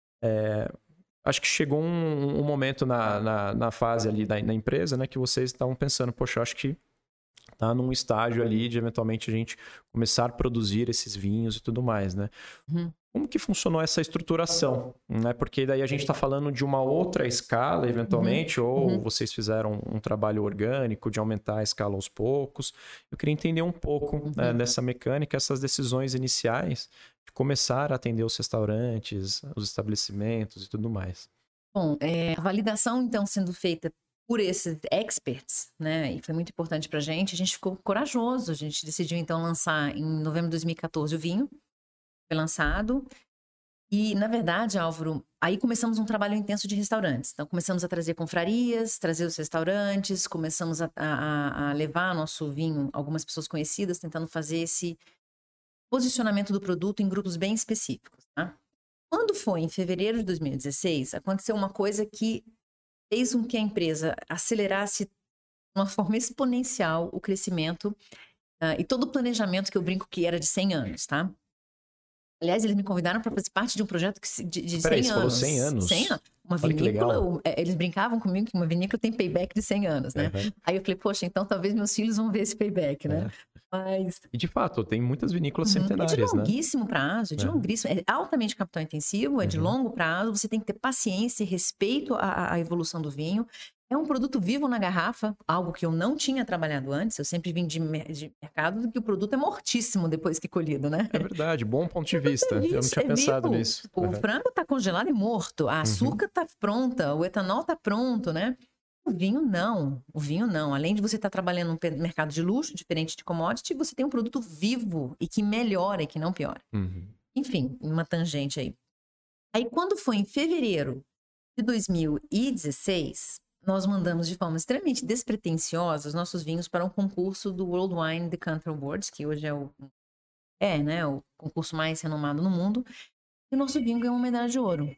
S1: Acho que chegou um momento na fase ali da empresa, né, que vocês estavam pensando, poxa, acho que está num estágio ali de eventualmente a gente começar a produzir esses vinhos e tudo mais, né? Como que funcionou essa estruturação? Né? Porque daí a gente está falando de uma outra escala, eventualmente, ou vocês fizeram um trabalho orgânico de aumentar a escala aos poucos. Eu queria entender um pouco dessa mecânica, essas decisões iniciais de começar a atender os restaurantes, os estabelecimentos e tudo mais.
S2: Bom, a validação, então, sendo feita por esses experts, né, e foi muito importante para a gente ficou corajoso. A gente decidiu, então, lançar em novembro de 2014 o vinho. Foi lançado. E, na verdade, Álvaro, aí começamos um trabalho intenso de restaurantes. Então, começamos a trazer confrarias, trazer os restaurantes, começamos a levar nosso vinho a algumas pessoas conhecidas, tentando fazer esse posicionamento do produto em grupos bem específicos. Tá? Quando foi em fevereiro de 2016, aconteceu uma coisa que fez com que a empresa acelerasse de uma forma exponencial o crescimento e todo o planejamento que eu brinco que era de 100 anos, tá? Aliás, eles me convidaram para fazer parte de um projeto de 100 anos.
S1: Você falou 100 anos?
S2: 100 anos. Uma vinícola, eles brincavam comigo que uma vinícola tem payback de 100 anos, né? Aí eu falei, poxa, então talvez meus filhos vão ver esse payback, né? Mas...
S1: E de fato, tem muitas vinícolas centenárias, né?
S2: É de longuíssimo prazo, de longuíssimo. É altamente capital intensivo, é de longo prazo, você tem que ter paciência e respeito à evolução do vinho. É um produto vivo na garrafa, algo que eu não tinha trabalhado antes. Eu sempre vim de mercado que o produto é mortíssimo depois que colhido, né?
S1: É verdade, bom ponto de vista. Eu não tinha pensado nisso.
S2: O frango tá congelado e morto, a açúcar tá pronta, o etanol tá pronto, né? O vinho não. Além de você estar trabalhando num mercado de luxo, diferente de commodity, você tem um produto vivo e que melhora e que não piora. Enfim, uma tangente aí. Aí, quando foi em fevereiro de 2016... nós mandamos de forma extremamente despretensiosa os nossos vinhos para um concurso do World Wine Decanter Awards, que hoje é o concurso mais renomado no mundo. E o nosso vinho ganhou uma medalha de ouro.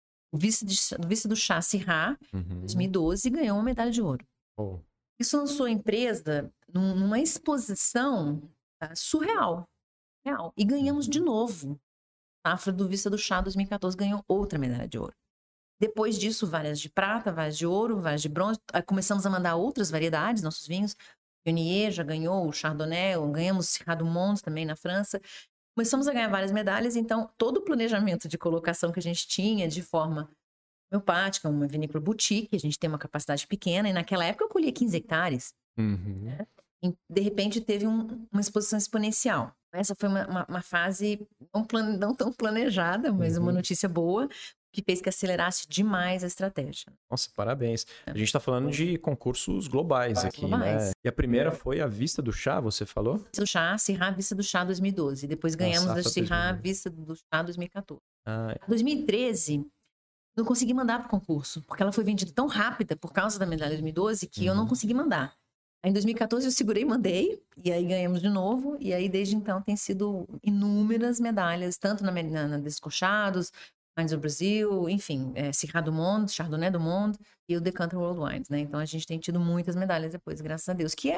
S2: O vice do chá Syrah, em 2012, ganhou uma medalha de ouro.
S1: Oh.
S2: Isso lançou a empresa numa exposição surreal. Real. E ganhamos de novo. A safra do Vista do Chá 2014 ganhou outra medalha de ouro. Depois disso, várias de prata, várias de ouro, várias de bronze. Aí começamos a mandar outras variedades, nossos vinhos. O Viognier já ganhou, o Chardonnay, ganhamos o Syrah du Monde também na França. Começamos a ganhar várias medalhas, então todo o planejamento de colocação que a gente tinha de forma homeopática, uma vinícola boutique, a gente tem uma capacidade pequena, e naquela época eu colhia 15 hectares. Né? E, de repente teve uma exposição exponencial. Essa foi uma fase não tão planejada, mas uma notícia boa, que fez que acelerasse demais a estratégia.
S1: Nossa, parabéns. A gente está falando de concursos globais aqui, né? E a primeira foi a Vista do Chá, você falou?
S2: Vista do Chá, Syrah Vista do Chá 2012. Depois ganhamos a Syrah Vista do Chá 2014. Em 2013, não consegui mandar para o concurso, porque ela foi vendida tão rápida por causa da medalha de 2012 que eu não consegui mandar. Aí, em 2014 eu segurei e mandei, e aí ganhamos de novo, e aí desde então tem sido inúmeras medalhas, tanto na Descorchados, Wines do Brasil, enfim, Syrah du Monde, Chardonnay du Monde e o Decanter World Wines, né? Então a gente tem tido muitas medalhas depois, graças a Deus, que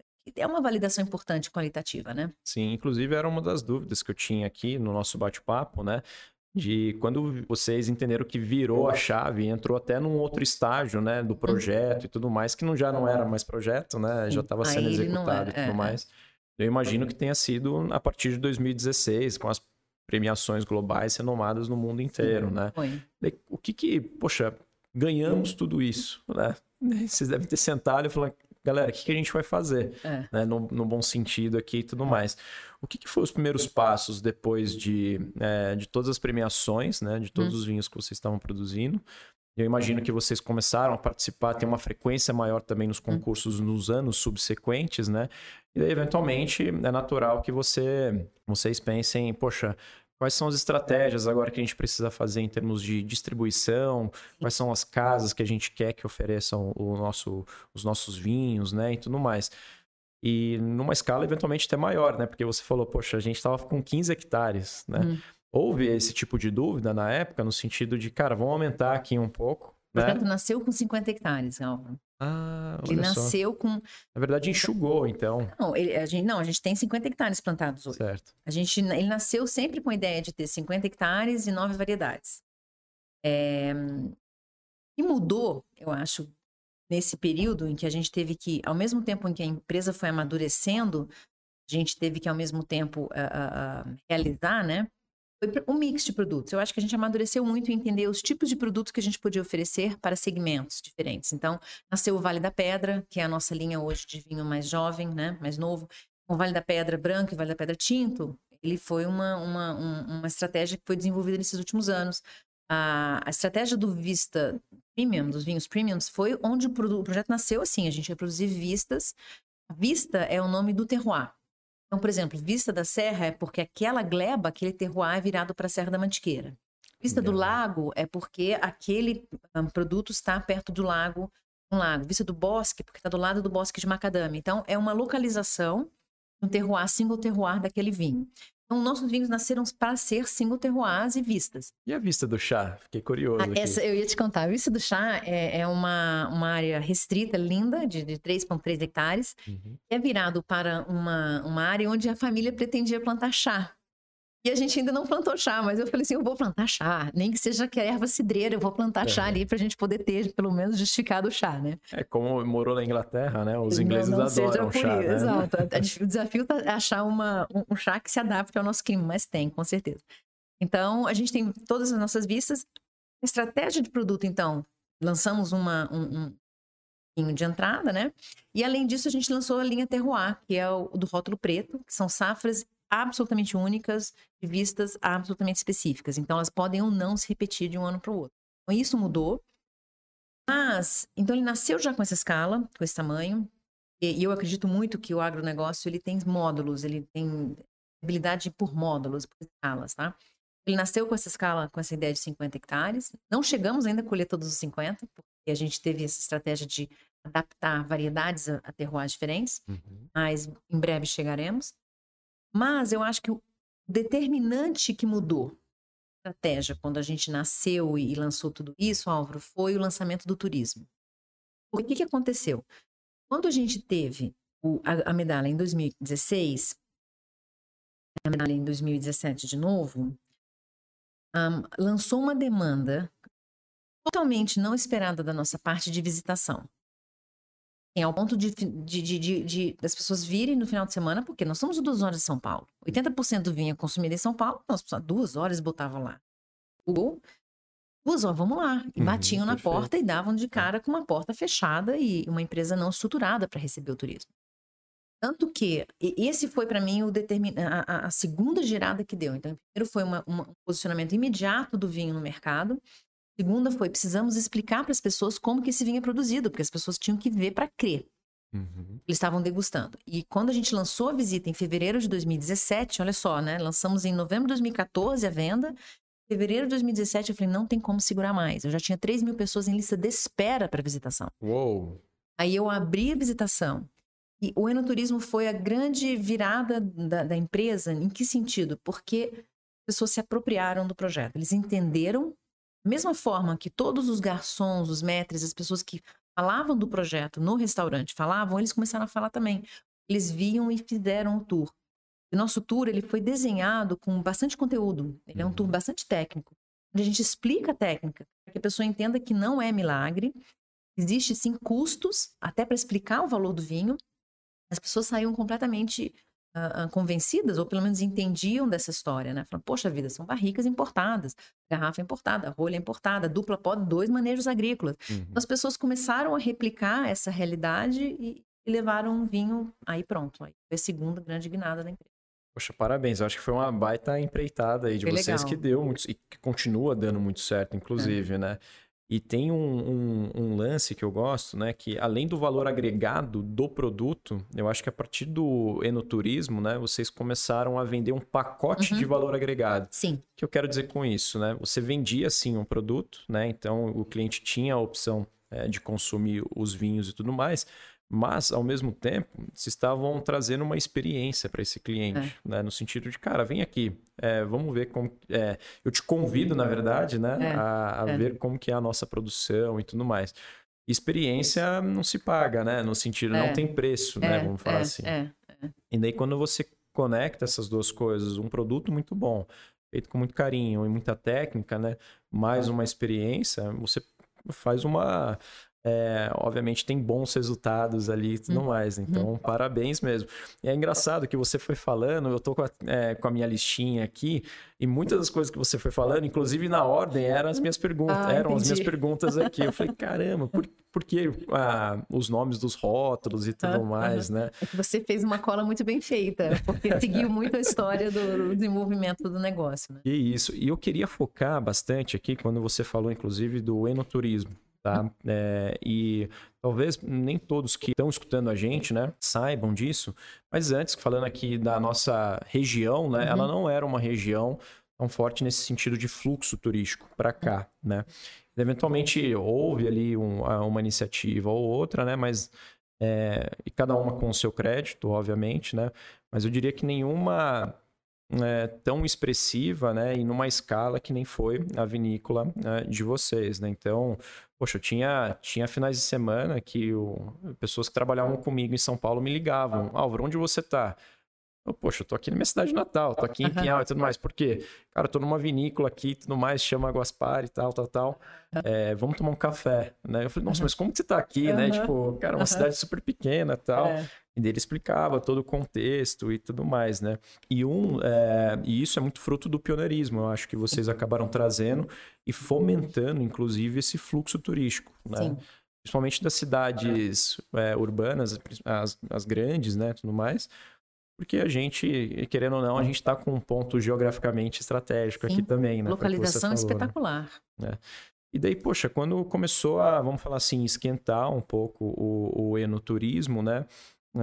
S2: é uma validação importante qualitativa, né?
S1: Sim, inclusive era uma das dúvidas que eu tinha aqui no nosso bate-papo, né? De quando vocês entenderam que virou a chave, entrou até num outro estágio, né, do projeto e tudo mais, que já não era mais projeto, né, já estava sendo executado e tudo mais. Eu imagino que tenha sido a partir de 2016, com as premiações globais renomadas no mundo inteiro, né?
S2: Foi.
S1: O poxa, ganhamos tudo isso, né? Vocês devem ter sentado e falado, galera, o que a gente vai fazer? Né? No bom sentido aqui e tudo mais. O que foram os primeiros passos depois de todas as premiações, né? De todos os vinhos que vocês estavam produzindo? Eu imagino que vocês começaram a participar, ter uma frequência maior também nos concursos nos anos subsequentes, né? E daí, eventualmente, é natural que vocês pensem, poxa, quais são as estratégias agora que a gente precisa fazer em termos de distribuição? Quais são as casas que a gente quer que ofereçam os nossos vinhos, né? E tudo mais. E numa escala, eventualmente, até maior, né? Porque você falou, poxa, a gente estava com 15 hectares, né? Houve esse tipo de dúvida na época, no sentido de, cara, vamos aumentar aqui um pouco,
S2: né? O projeto nasceu com 50 hectares, Álvaro.
S1: Ele
S2: nasceu com...
S1: Na verdade, enxugou, então.
S2: Não, a gente tem 50 hectares plantados hoje.
S1: Certo.
S2: Ele nasceu sempre com a ideia de ter 50 hectares e 9 variedades. E mudou, eu acho, nesse período em que a gente teve que, ao mesmo tempo em que a empresa foi amadurecendo, a gente teve que, ao mesmo tempo, realizar, né? Foi um mix de produtos. Eu acho que a gente amadureceu muito em entender os tipos de produtos que a gente podia oferecer para segmentos diferentes. Então, nasceu o Vale da Pedra, que é a nossa linha hoje de vinho mais jovem, né? Mais novo. O Vale da Pedra branco e o Vale da Pedra tinto, ele foi uma estratégia que foi desenvolvida nesses últimos anos. A estratégia do Vista Premium, dos vinhos premiums, foi onde o projeto nasceu assim. A gente ia produzir vistas. A Vista é o nome do terroir. Então, por exemplo, Vista da Serra é porque aquela gleba, aquele terroir é virado para a Serra da Mantiqueira. Vista do Lago é porque aquele produto está perto do lago, Vista do Bosque, porque está do lado do Bosque de Macadâmia. Então, é uma localização, um terroir, single terroir daquele vinho. Então, nossos vinhos nasceram para ser single terroirs e vistas.
S1: E a Vista do Chá? Fiquei curioso aqui.
S2: Eu ia te contar. A Vista do Chá é uma área restrita, linda, de 3,3 hectares. É virado para uma área onde a família pretendia plantar chá. E a gente ainda não plantou chá, mas eu falei assim, eu vou plantar chá. Nem que seja que erva cidreira, eu vou plantar chá ali pra gente poder ter, pelo menos, justificado o chá, né?
S1: Como morou na Inglaterra, né? Os ingleses adoram chá, né?
S2: Exato. O desafio é achar um chá que se adapte ao nosso clima, mas tem, com certeza. Então, a gente tem todas as nossas vistas. Estratégia de produto, então, lançamos um vinho de entrada, né? E, além disso, a gente lançou a linha Terroir, que é o do rótulo preto, que são safras absolutamente únicas, de vistas absolutamente específicas. Então, elas podem ou não se repetir de um ano para o outro. Então, isso mudou. Mas, então, ele nasceu já com essa escala, com esse tamanho. E eu acredito muito que o agronegócio, ele tem módulos, ele tem habilidade por módulos, por escalas, tá? Ele nasceu com essa escala, com essa ideia de 50 hectares. Não chegamos ainda a colher todos os 50, porque a gente teve essa estratégia de adaptar variedades a terroirs diferentes. Mas, em breve, chegaremos. Mas eu acho que o determinante que mudou estratégia quando a gente nasceu e lançou tudo isso, Álvaro, foi o lançamento do turismo. Por que que aconteceu? Quando a gente teve a medalha em 2016, a medalha em 2017 de novo, lançou uma demanda totalmente não esperada da nossa parte de visitação. Ao ponto das pessoas virem no final de semana, porque nós somos 2 horas de São Paulo. 80% vinha consumir em São Paulo, nós 2 horas botavam lá. Google, 2 horas, vamos lá. E batiam na porta e davam de cara com uma porta fechada e uma empresa não estruturada para receber o turismo. Tanto que esse foi para mim a segunda girada que deu. Então, primeiro foi um posicionamento imediato do vinho no mercado. Segunda foi, precisamos explicar para as pessoas como que esse vinho é produzido, porque as pessoas tinham que ver para crer. Eles estavam degustando. E quando a gente lançou a visita em fevereiro de 2017, olha só, né? Lançamos em novembro de 2014 a venda. Em fevereiro de 2017 eu falei, não tem como segurar mais. Eu já tinha 3.000 pessoas em lista de espera para visitação.
S1: Uou!
S2: Aí eu abri a visitação. E o enoturismo foi a grande virada da empresa. Em que sentido? Porque as pessoas se apropriaram do projeto. Eles entenderam. Da mesma forma que todos os garçons, os maîtres, as pessoas que falavam do projeto no restaurante falavam, eles começaram a falar também. Eles viam e fizeram o tour. O nosso tour ele foi desenhado com bastante conteúdo. Ele é um tour bastante técnico, onde a gente explica a técnica, para que a pessoa entenda que não é milagre. Existe, sim, custos, até para explicar o valor do vinho. As pessoas saíam completamente convencidas, ou pelo menos entendiam dessa história, né? Falam, poxa vida, são barricas importadas, garrafa importada, rolha importada, dupla pod, 2 manejos agrícolas. Então, as pessoas começaram a replicar essa realidade e levaram um vinho, aí pronto. Aí foi a segunda grande guinada da empresa.
S1: Poxa, parabéns. Eu acho que foi uma baita empreitada aí de vocês que deu muito, e que continua dando muito certo, inclusive, né? E tem um lance que eu gosto, né? Que além do valor agregado do produto, eu acho que a partir do enoturismo, né? Vocês começaram a vender um pacote de valor agregado.
S2: Sim.
S1: O que eu quero dizer com isso, né? Você vendia, sim, um produto, né? Então, o cliente tinha a opção de consumir os vinhos e tudo mais, mas, ao mesmo tempo, vocês estavam trazendo uma experiência para esse cliente, né? No sentido de, cara, vem aqui, vamos ver como... eu te convido, na verdade, né? A ver como que é a nossa produção e tudo mais. Experiência não se paga, né? No sentido, não tem preço, né? Vamos falar assim. E daí, quando você conecta essas duas coisas, um produto muito bom, feito com muito carinho e muita técnica, né? Mais uma experiência, você faz uma... obviamente tem bons resultados ali e tudo mais, então parabéns mesmo. E é engraçado que você foi falando, eu tô com a minha listinha aqui, e muitas das coisas que você foi falando, inclusive na ordem, eram as minhas perguntas, as minhas perguntas aqui. Eu falei, caramba, por que os nomes dos rótulos e tudo mais, né?
S2: É que você fez uma cola muito bem feita, porque seguiu muito a história do desenvolvimento do negócio, né?
S1: E isso, e eu queria focar bastante aqui, quando você falou, inclusive, do enoturismo. Tá? E talvez nem todos que estão escutando a gente, né, saibam disso, mas antes, falando aqui da nossa região, né, ela não era uma região tão forte nesse sentido de fluxo turístico para cá, né? Eventualmente houve ali uma iniciativa ou outra, né, mas e cada uma com o seu crédito, obviamente, né, mas eu diria que nenhuma tão expressiva, né, e numa escala que nem foi a vinícola de vocês, né? Então, poxa, eu tinha finais de semana que pessoas que trabalhavam comigo em São Paulo me ligavam. Álvaro, onde você tá? Poxa, eu tô aqui na minha cidade natal, tô aqui em Pinhal e tudo mais. Por quê? Cara, eu tô numa vinícola aqui e tudo mais, chama Guaspari e tal. Vamos tomar um café, né? Eu falei, nossa, mas como que você tá aqui, né? Tipo, cara, uma cidade super pequena e tal. E daí ele explicava todo o contexto e tudo mais, né? E isso é muito fruto do pioneirismo, eu acho que vocês acabaram trazendo e fomentando, inclusive, esse fluxo turístico, né?
S2: Sim.
S1: Principalmente das cidades urbanas, as grandes, né? Tudo mais. Porque a gente, querendo ou não, a gente está com um ponto geograficamente estratégico aqui também, né?
S2: Localização espetacular.
S1: Né? E daí, poxa, quando começou a, vamos falar assim, esquentar um pouco o enoturismo, né?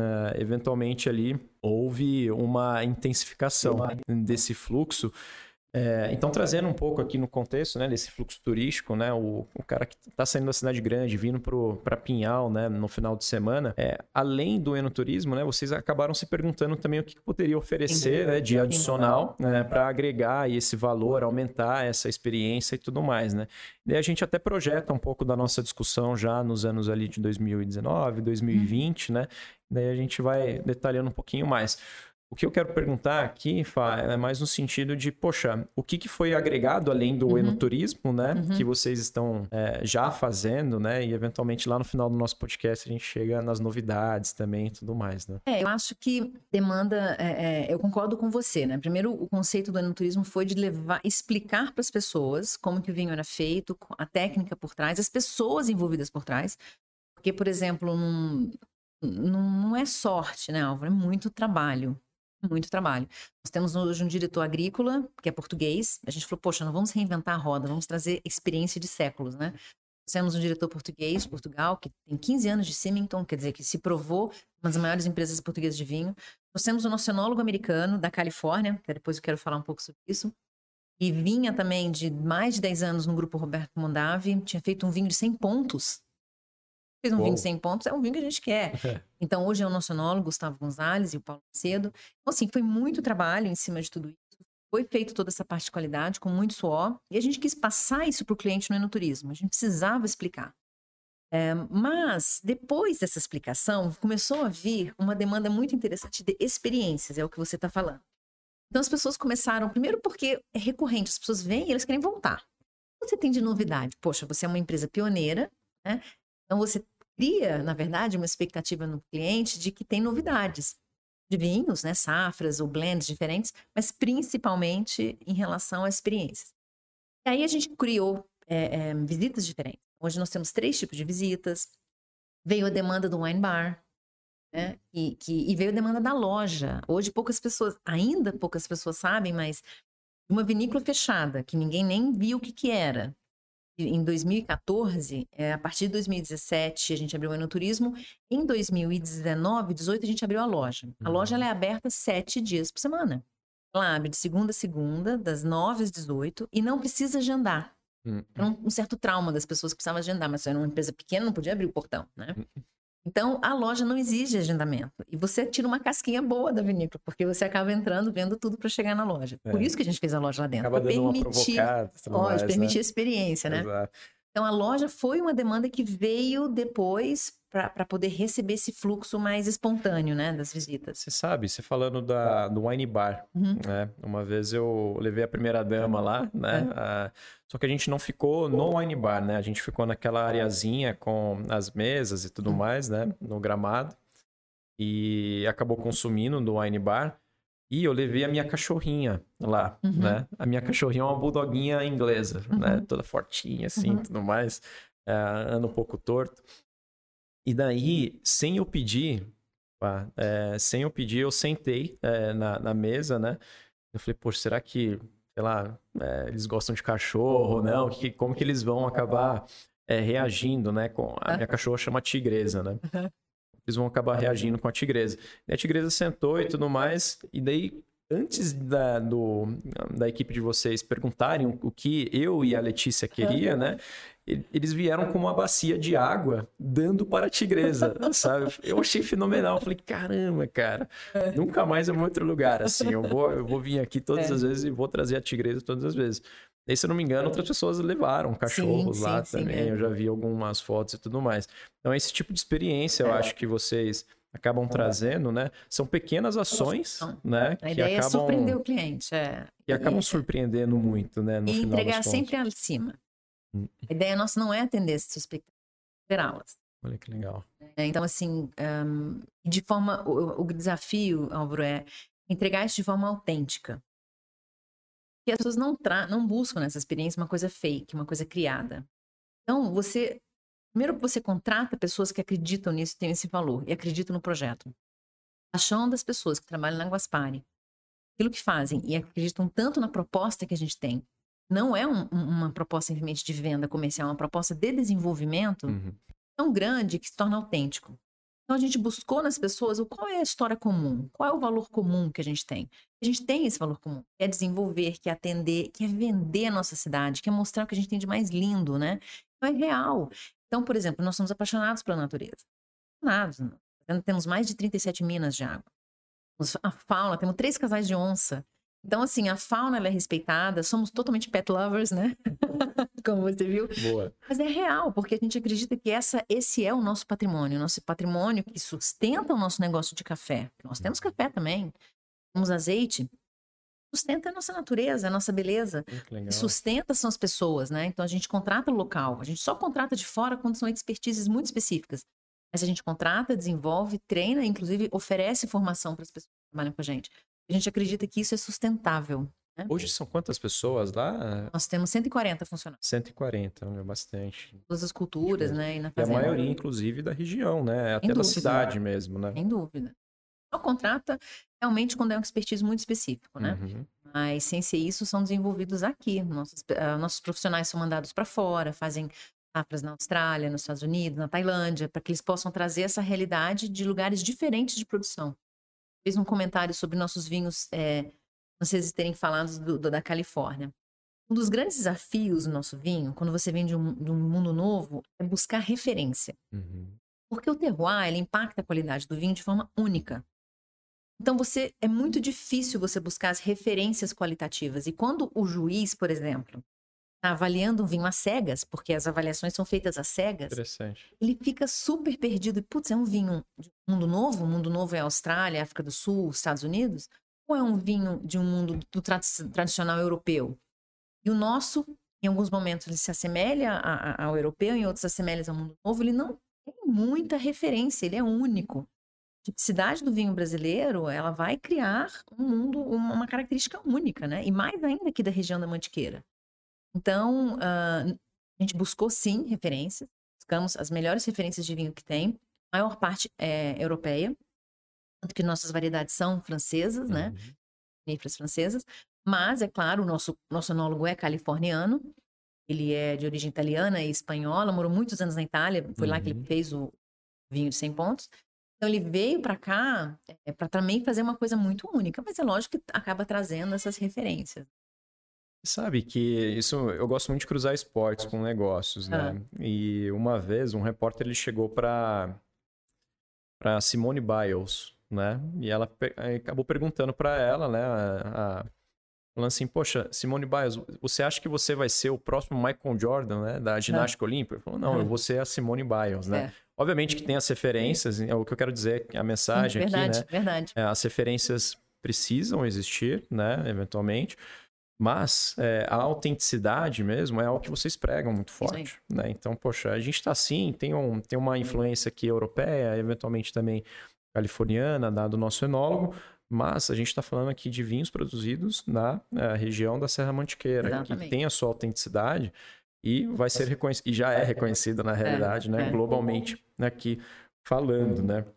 S1: Eventualmente ali houve uma intensificação desse fluxo. Então, trazendo um pouco aqui no contexto, né, desse fluxo turístico, né, o cara que está saindo da cidade grande, vindo para Pinhal, né, no final de semana, além do enoturismo, né, vocês acabaram se perguntando também o que poderia oferecer, né, de adicional, né, para agregar esse valor, aumentar essa experiência e tudo mais, né. Daí a gente até projeta um pouco da nossa discussão já nos anos ali de 2019, 2020, né, daí a gente vai detalhando um pouquinho mais. O que eu quero perguntar aqui, Fá, é mais no sentido de, poxa, o que foi agregado além do enoturismo, né? Que vocês estão já fazendo, né? E eventualmente lá no final do nosso podcast a gente chega nas novidades também e tudo mais, né?
S2: Eu acho que demanda, eu concordo com você, né? Primeiro, o conceito do enoturismo foi de explicar para as pessoas como que o vinho era feito, a técnica por trás, as pessoas envolvidas por trás. Porque, por exemplo, não é sorte, né, Álvaro? É muito trabalho. Muito trabalho. Nós temos hoje um diretor agrícola, que é português. A gente falou, poxa, não vamos reinventar a roda, vamos trazer experiência de séculos, né? Nós temos um diretor português de Portugal, que tem 15 anos de Symington, quer dizer, que se provou uma das maiores empresas portuguesas de vinho. Nós temos um oceanólogo americano da Califórnia, que depois eu quero falar um pouco sobre isso, e vinha também de mais de 10 anos no grupo Roberto Mondavi, tinha feito um vinho de 100 pontos. Fez um vinho de 100 pontos, é um vinho que a gente quer. Então, hoje é o nosso enólogo, Gustavo Gonzalez e o Paulo Macedo. Então, assim, foi muito trabalho em cima de tudo isso. Foi feito toda essa parte de qualidade, com muito suor. E a gente quis passar isso para o cliente no enoturismo. A gente precisava explicar. Mas, depois dessa explicação, começou a vir uma demanda muito interessante de experiências, é o que você está falando. Então, as pessoas começaram, primeiro porque é recorrente, as pessoas vêm e elas querem voltar. O que você tem de novidade? Poxa, você é uma empresa pioneira, né? Então, você cria, na verdade, uma expectativa no cliente de que tem novidades de vinhos, né, safras ou blends diferentes, mas principalmente em relação às experiências. E aí a gente criou visitas diferentes. Hoje nós temos 3 tipos de visitas. Veio a demanda do wine bar, né, e veio a demanda da loja. Hoje ainda poucas pessoas sabem, mas uma vinícola fechada, que ninguém nem viu o que era. Em 2014, a partir de 2017, a gente abriu o enoturismo. Em 2019, 2018, a gente abriu a loja. A loja ela é aberta 7 dias por semana. Ela abre de segunda a segunda, das 9 às 18, e não precisa agendar. Era um certo trauma das pessoas que precisavam agendar, mas se era uma empresa pequena, não podia abrir o portão, né? Então, a loja não exige agendamento. E você tira uma casquinha boa da vinícola, porque você acaba entrando, vendo tudo para chegar na loja. Por isso que a gente fez a loja lá dentro.
S1: Acaba dando uma provocada.
S2: Permitir a experiência, né?
S1: Exato.
S2: Então, a loja foi uma demanda que veio depois para poder receber esse fluxo mais espontâneo, né, das visitas.
S1: Você sabe, você falando do wine bar, né? Uma vez eu levei a primeira dama lá, né? Só que a gente não ficou no wine bar, né? A gente ficou naquela areazinha com as mesas e tudo mais, né? No gramado. E acabou consumindo no wine bar. E eu levei a minha cachorrinha lá, né? A minha cachorrinha é uma bulldoguinha inglesa, né? Toda fortinha, assim, tudo mais. Anda um pouco torto. E daí, sem eu pedir, eu sentei na mesa, né? Eu falei, poxa, será que, sei lá, eles gostam de cachorro ou não? Como que eles vão acabar reagindo, né? A minha cachorra chama Tigresa, né? Eles vão acabar reagindo com a Tigresa. E a Tigresa sentou e tudo mais, e daí, antes da equipe de vocês perguntarem o que eu e a Letícia queria, né? Eles vieram com uma bacia de água dando para a Tigresa, sabe? Eu achei fenomenal. Eu falei, caramba, cara, nunca mais eu vou em outro lugar, assim. Eu vou vir aqui todas as vezes e vou trazer a Tigresa todas as vezes. E, se eu não me engano, outras pessoas levaram cachorros lá também. Eu já vi algumas fotos e tudo mais. Então, esse tipo de experiência, eu acho que vocês acabam trazendo, né? São pequenas ações, né?
S2: A ideia é surpreender o cliente.
S1: E acabam surpreendendo muito, né? No
S2: e
S1: final
S2: entregar
S1: dos
S2: sempre acima. A ideia nossa não é atender essas expectativas, superá-las.
S1: Olha que legal.
S2: Então, assim, de forma... O desafio, Álvaro, é entregar isso de forma autêntica. Porque as pessoas não buscam nessa experiência uma coisa fake, uma coisa criada. Então, primeiro você contrata pessoas que acreditam nisso, têm esse valor, e acreditam no projeto. A paixão das pessoas que trabalham na Guaspari, aquilo que fazem, e acreditam tanto na proposta que a gente tem, não é uma proposta simplesmente de venda comercial, é uma proposta de desenvolvimento tão grande que se torna autêntico. Então a gente buscou nas pessoas qual é a história comum, qual é o valor comum que a gente tem. A gente tem esse valor comum, que é desenvolver, que é atender, que é vender a nossa cidade, que é mostrar o que a gente tem de mais lindo, né? Então é real. Então, por exemplo, nós somos apaixonados pela natureza. Apaixonados. Né? Temos mais de 37 minas de água. A fauna, temos 3 casais de onça. Então, assim, a fauna ela é respeitada, somos totalmente pet lovers, né? Como você viu.
S1: Boa.
S2: Mas é real, porque a gente acredita que esse é o nosso patrimônio que sustenta o nosso negócio de café. Nós temos café também, temos azeite, sustenta a nossa natureza, a nossa beleza.
S1: Que legal.
S2: E sustenta são as pessoas, né? Então a gente contrata local, a gente só contrata de fora quando são expertises muito específicas. Mas a gente contrata, desenvolve, treina, inclusive oferece formação para as pessoas que trabalham com a gente. A gente acredita que isso é sustentável. Né?
S1: Hoje são quantas pessoas lá?
S2: Nós temos 140 funcionários.
S1: 140, é bastante.
S2: Todas as culturas, né? E na
S1: E a
S2: fazenda.
S1: maioria, inclusive, da região, né? Até da cidade mesmo, né?
S2: Sem dúvida. Só contrata realmente quando é um expertise muito específico, né?
S1: Uhum.
S2: Mas sem ser isso, são desenvolvidos aqui. Nossos profissionais são mandados para fora, fazem safras na Austrália, nos Estados Unidos, na Tailândia, para que eles possam trazer essa realidade de lugares diferentes de produção. Fiz um comentário sobre nossos vinhos, vocês terem falado da Califórnia. Um dos grandes desafios do nosso vinho, quando você vem de um mundo novo, é buscar referência.
S1: Uhum.
S2: Porque o terroir, ele impacta a qualidade do vinho de forma única. Então, é muito difícil você buscar as referências qualitativas. E quando o juiz, por exemplo, está avaliando um vinho às cegas, porque as avaliações são feitas às cegas,
S1: Interessante.
S2: ele fica super perdido. E, putz, é um vinho de um mundo novo? O mundo novo é a Austrália, África do Sul, Estados Unidos? Ou é um vinho de um mundo tradicional europeu? E o nosso, em alguns momentos, ele se assemelha ao europeu, em outros se assemelha ao mundo novo. Ele não tem muita referência, ele é único. A tipicidade do vinho brasileiro, ela vai criar um mundo, uma característica única, né? E mais ainda aqui da região da Mantiqueira. Então, a gente buscou, sim, referências. Buscamos as melhores referências de vinho que tem. A maior parte é europeia. Tanto que nossas variedades são francesas, né? Vinícolas francesas. Mas, é claro, o nosso enólogo é californiano. Ele é de origem italiana e espanhola. Morou muitos anos na Itália. Foi lá que ele fez o vinho de 100 pontos. Então, ele veio para cá para também fazer uma coisa muito única. Mas é lógico que acaba trazendo essas referências.
S1: Sabe que isso, eu gosto muito de cruzar esportes com negócios, né? E uma vez um repórter ele chegou para Simone Biles, né? E ela acabou perguntando para ela, né? Falando assim, poxa, Simone Biles, você acha que você vai ser o próximo Michael Jordan, né? Da ginástica olímpica? Ele falou, não, eu vou ser a Simone Biles, né? Obviamente que tem as referências, o que eu quero dizer, a mensagem
S2: verdade,
S1: aqui, né?
S2: Verdade.
S1: As referências precisam existir, né? Eventualmente. Mas a autenticidade mesmo é algo que vocês pregam muito forte, né? Então, poxa, a gente está assim, tem uma influência aqui europeia, eventualmente também californiana, dado o nosso enólogo, mas a gente está falando aqui de vinhos produzidos na região da Serra Mantiqueira,
S2: Exatamente.
S1: que tem a sua autenticidade e vai ser reconhecido, e já é reconhecido na realidade, né? Globalmente, aqui falando, né?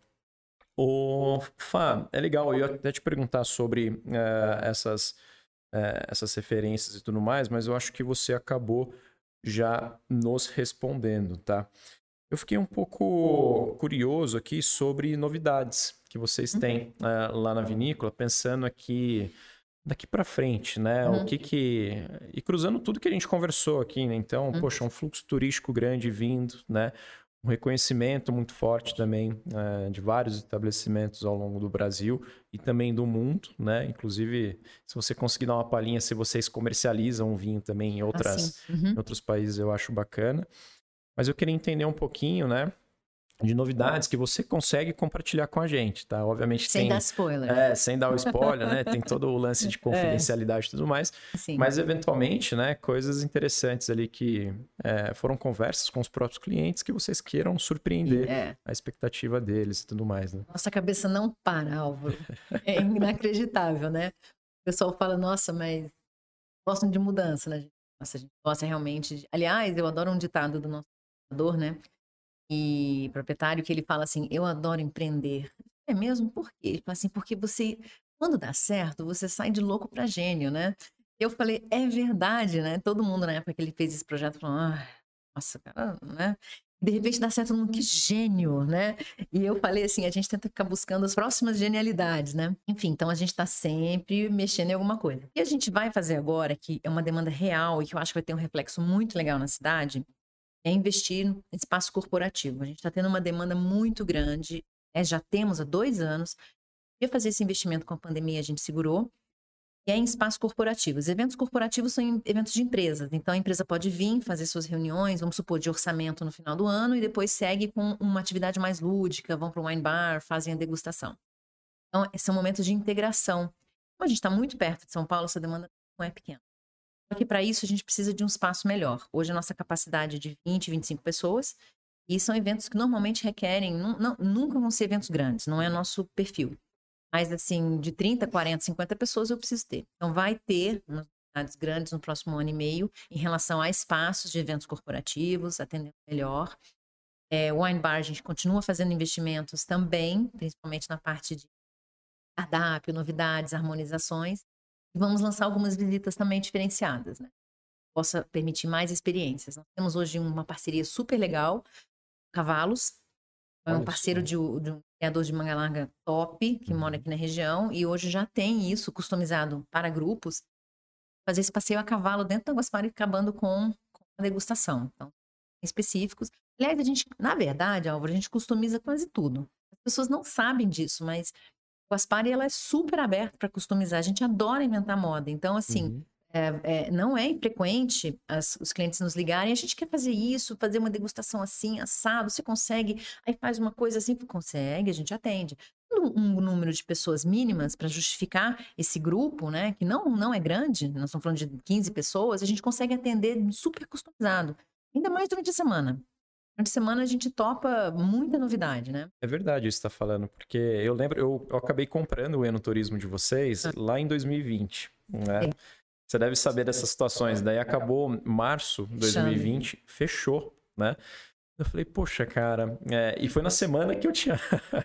S1: Ô, Fá, é legal, eu ia até te perguntar sobre essas referências e tudo mais, mas eu acho que você acabou já nos respondendo, tá? Eu fiquei um pouco curioso aqui sobre novidades que vocês têm lá na vinícola, pensando aqui daqui para frente, né? O que e cruzando tudo que a gente conversou aqui, né? Então, poxa, um fluxo turístico grande vindo, né? Um reconhecimento muito forte também de vários estabelecimentos ao longo do Brasil e também do mundo, né? Inclusive, se você conseguir dar uma palhinha, se vocês comercializam o vinho também em outros países, eu acho bacana. Mas eu queria entender um pouquinho, né? De novidades que você consegue compartilhar com a gente, tá? Obviamente
S2: sem dar spoiler.
S1: Sem dar o spoiler, né? Tem todo o lance de confidencialidade e tudo mais.
S2: Sim.
S1: Mas, eventualmente, né? Coisas interessantes ali que foram conversas com os próprios clientes que vocês queiram surpreender a expectativa deles e tudo mais, né?
S2: Nossa cabeça não para, Álvaro. É inacreditável, né? O pessoal fala, nossa, mas gostam de mudança, né? Nossa, a gente gosta realmente de... Aliás, eu adoro um ditado do nosso fundador, né? E proprietário, que ele fala assim, eu adoro empreender. É mesmo? Por quê? Ele fala assim, porque você, quando dá certo, você sai de louco para gênio, né? Eu falei, é verdade, né? Todo mundo na época que ele fez esse projeto falou, nossa, cara, né? De repente dá certo, que gênio, né? E eu falei assim, a gente tenta ficar buscando as próximas genialidades, né? Enfim, então a gente tá sempre mexendo em alguma coisa. O que a gente vai fazer agora, que é uma demanda real e que eu acho que vai ter um reflexo muito legal na cidade, é investir em espaço corporativo. A gente está tendo uma demanda muito grande, já temos há 2 anos. Ia fazer esse investimento com a pandemia, a gente segurou, e é em espaço corporativo. Os eventos corporativos são eventos de empresas, então a empresa pode vir fazer suas reuniões, vamos supor, de orçamento no final do ano, e depois segue com uma atividade mais lúdica, vão para o wine bar, fazem a degustação. Então, são momentos de integração. Como a gente está muito perto de São Paulo, essa demanda não é pequena. Só que para isso a gente precisa de um espaço melhor. Hoje a nossa capacidade é de 20, 25 pessoas, e são eventos que normalmente requerem, nunca vão ser eventos grandes, não é nosso perfil. Mas assim, de 30, 40, 50 pessoas eu preciso ter. Então vai ter umas atividades grandes no próximo ano e meio em relação a espaços de eventos corporativos, atendendo melhor. O wine bar a gente continua fazendo investimentos também, principalmente na parte de cardápio, novidades, harmonizações. E vamos lançar algumas visitas também diferenciadas, né? Possa permitir mais experiências. Nós temos hoje uma parceria super legal, Cavalos, é um parceiro de um criador de manga larga top, que mora aqui na região, e hoje já tem isso customizado para grupos, fazer esse passeio a cavalo dentro da Guaspari, acabando com a degustação. Então, específicos. Aliás, na verdade, Álvaro, a gente customiza quase tudo. As pessoas não sabem disso, mas a Guaspari, ela é super aberta para customizar. A gente adora inventar moda. Então, assim, não é infrequente os clientes nos ligarem, a gente quer fazer isso, fazer uma degustação assim, assado, você consegue? Aí faz uma coisa assim, consegue, a gente atende. Um número de pessoas mínimas para justificar esse grupo, né, que não é grande, nós estamos falando de 15 pessoas, a gente consegue atender super customizado, ainda mais durante a semana. Durante a semana a gente topa muita novidade, né?
S1: É verdade isso que você está falando, porque eu lembro, eu acabei comprando o Enoturismo de vocês lá em 2020, né? Você deve saber dessas situações. Daí acabou março de 2020, fechou, né? Eu falei, poxa, cara... E foi na semana que eu tinha...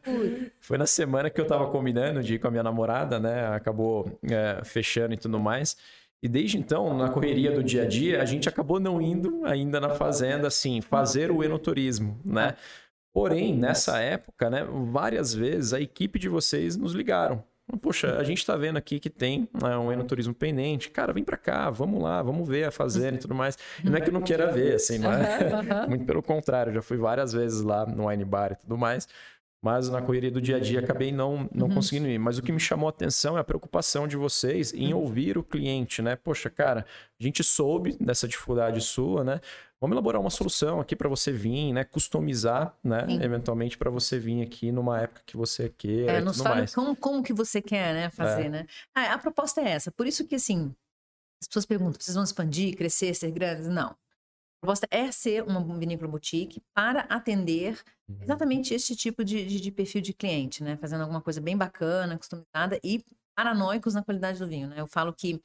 S1: Foi na semana que eu tava combinando de ir com a minha namorada, né? Acabou fechando e tudo mais. E desde então, na correria do dia a dia, a gente acabou não indo ainda na fazenda, assim, fazer o enoturismo, né? Porém, nessa época, né? Várias vezes a equipe de vocês nos ligaram. Poxa, a gente tá vendo aqui que tem um enoturismo pendente. Cara, vem pra cá, vamos lá, vamos ver a fazenda e tudo mais. E não é que eu não queira ver, assim, não é? Muito pelo contrário, já fui várias vezes lá no wine bar e tudo mais. Mas na correria do dia a dia acabei não conseguindo ir. Mas o que me chamou a atenção é a preocupação de vocês em ouvir o cliente, né? Poxa, cara, a gente soube dessa dificuldade sua, né? Vamos elaborar uma solução aqui para você vir, né? Customizar, né? Sim. Eventualmente para você vir aqui numa época que você queira e tudo mais.
S2: Como que você quer, né? Fazer, né? A proposta é essa. Por isso que, assim, as pessoas perguntam, vocês vão expandir, crescer, ser grandes? Não. A proposta é ser uma vinícola boutique para atender exatamente esse tipo de perfil de cliente, né? Fazendo alguma coisa bem bacana, customizada e paranoicos na qualidade do vinho, né? Eu falo que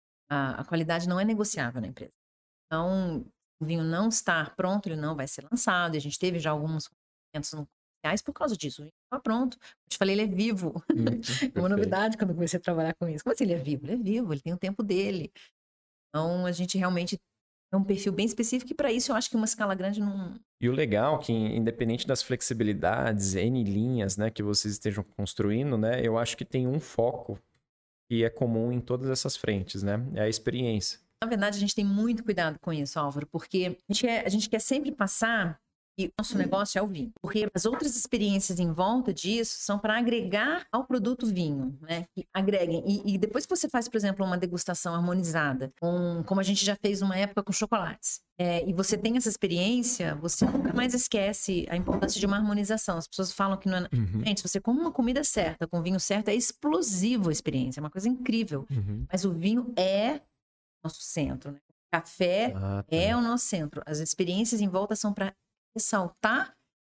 S2: a qualidade não é negociável na empresa. Então, o vinho não está pronto, ele não vai ser lançado. E a gente teve já alguns comentários comerciais por causa disso. O vinho está pronto. Eu te falei, ele é vivo. É uma novidade quando eu comecei a trabalhar com isso. Como assim ele é vivo? Ele é vivo, ele tem o tempo dele. Então, a gente realmente é um perfil bem específico e para isso eu acho que uma escala grande não...
S1: E o legal é que, independente das flexibilidades, N linhas, né, que vocês estejam construindo, né, eu acho que tem um foco que é comum em todas essas frentes, né? É a experiência.
S2: Na verdade, a gente tem muito cuidado com isso, Álvaro, porque a gente quer sempre passar e o nosso negócio é o vinho. Porque as outras experiências em volta disso são para agregar ao produto vinho, né? Que agreguem. E depois que você faz, por exemplo, uma degustação harmonizada, como a gente já fez uma época com chocolates, e você tem essa experiência, você nunca mais esquece a importância de uma harmonização. As pessoas falam que não é... Gente, você come uma comida certa, com vinho certo, é explosivo a experiência, é uma coisa incrível. Mas o vinho é nosso centro, né? O café é o nosso centro. As experiências em volta são para ressaltar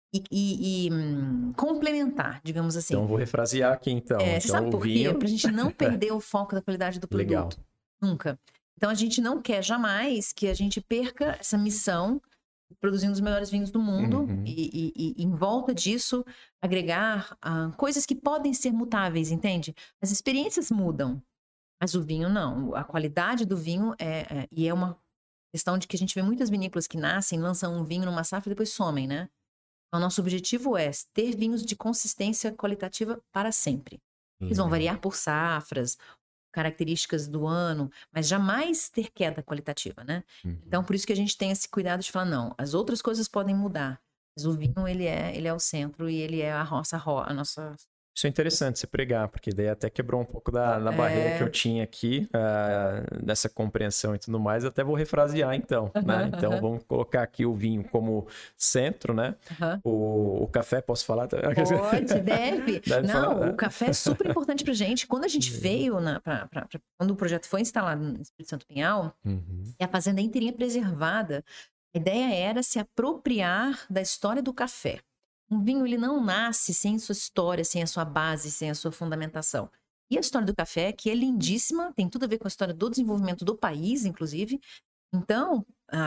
S2: e complementar, digamos assim.
S1: Então, vou refrasear aqui, então.
S2: Você sabe por quê? Pra gente não perder o foco da qualidade do produto.
S1: Legal.
S2: Nunca. Então, a gente não quer jamais que a gente perca essa missão de produzir um dos melhores vinhos do mundo e em volta disso, agregar coisas que podem ser mutáveis, entende? As experiências mudam, mas o vinho não. A qualidade do vinho é uma questão de que a gente vê muitas vinícolas que nascem, lançam um vinho numa safra e depois somem, né? Então, nosso objetivo é ter vinhos de consistência qualitativa para sempre. Eles vão variar por safras, características do ano, mas jamais ter queda qualitativa, né? Então, por isso que a gente tem esse cuidado de falar, não, as outras coisas podem mudar, mas o vinho, ele é o centro e ele é a nossa...
S1: Isso é interessante você pregar, porque daí até quebrou um pouco da barreira que eu tinha aqui, dessa compreensão e tudo mais. Eu até vou refrasear, então, né? Então, vamos colocar aqui o vinho como centro, né? O café, posso falar?
S2: Pode, deve. Não,
S1: falar.
S2: O café é super importante pra gente. Quando a gente veio, quando o projeto foi instalado no Espírito Santo Pinhal, e a fazenda inteirinha preservada, a ideia era se apropriar da história do café. Um vinho, ele não nasce sem sua história, sem a sua base, sem a sua fundamentação. E a história do café, que é lindíssima, tem tudo a ver com a história do desenvolvimento do país, inclusive. Então,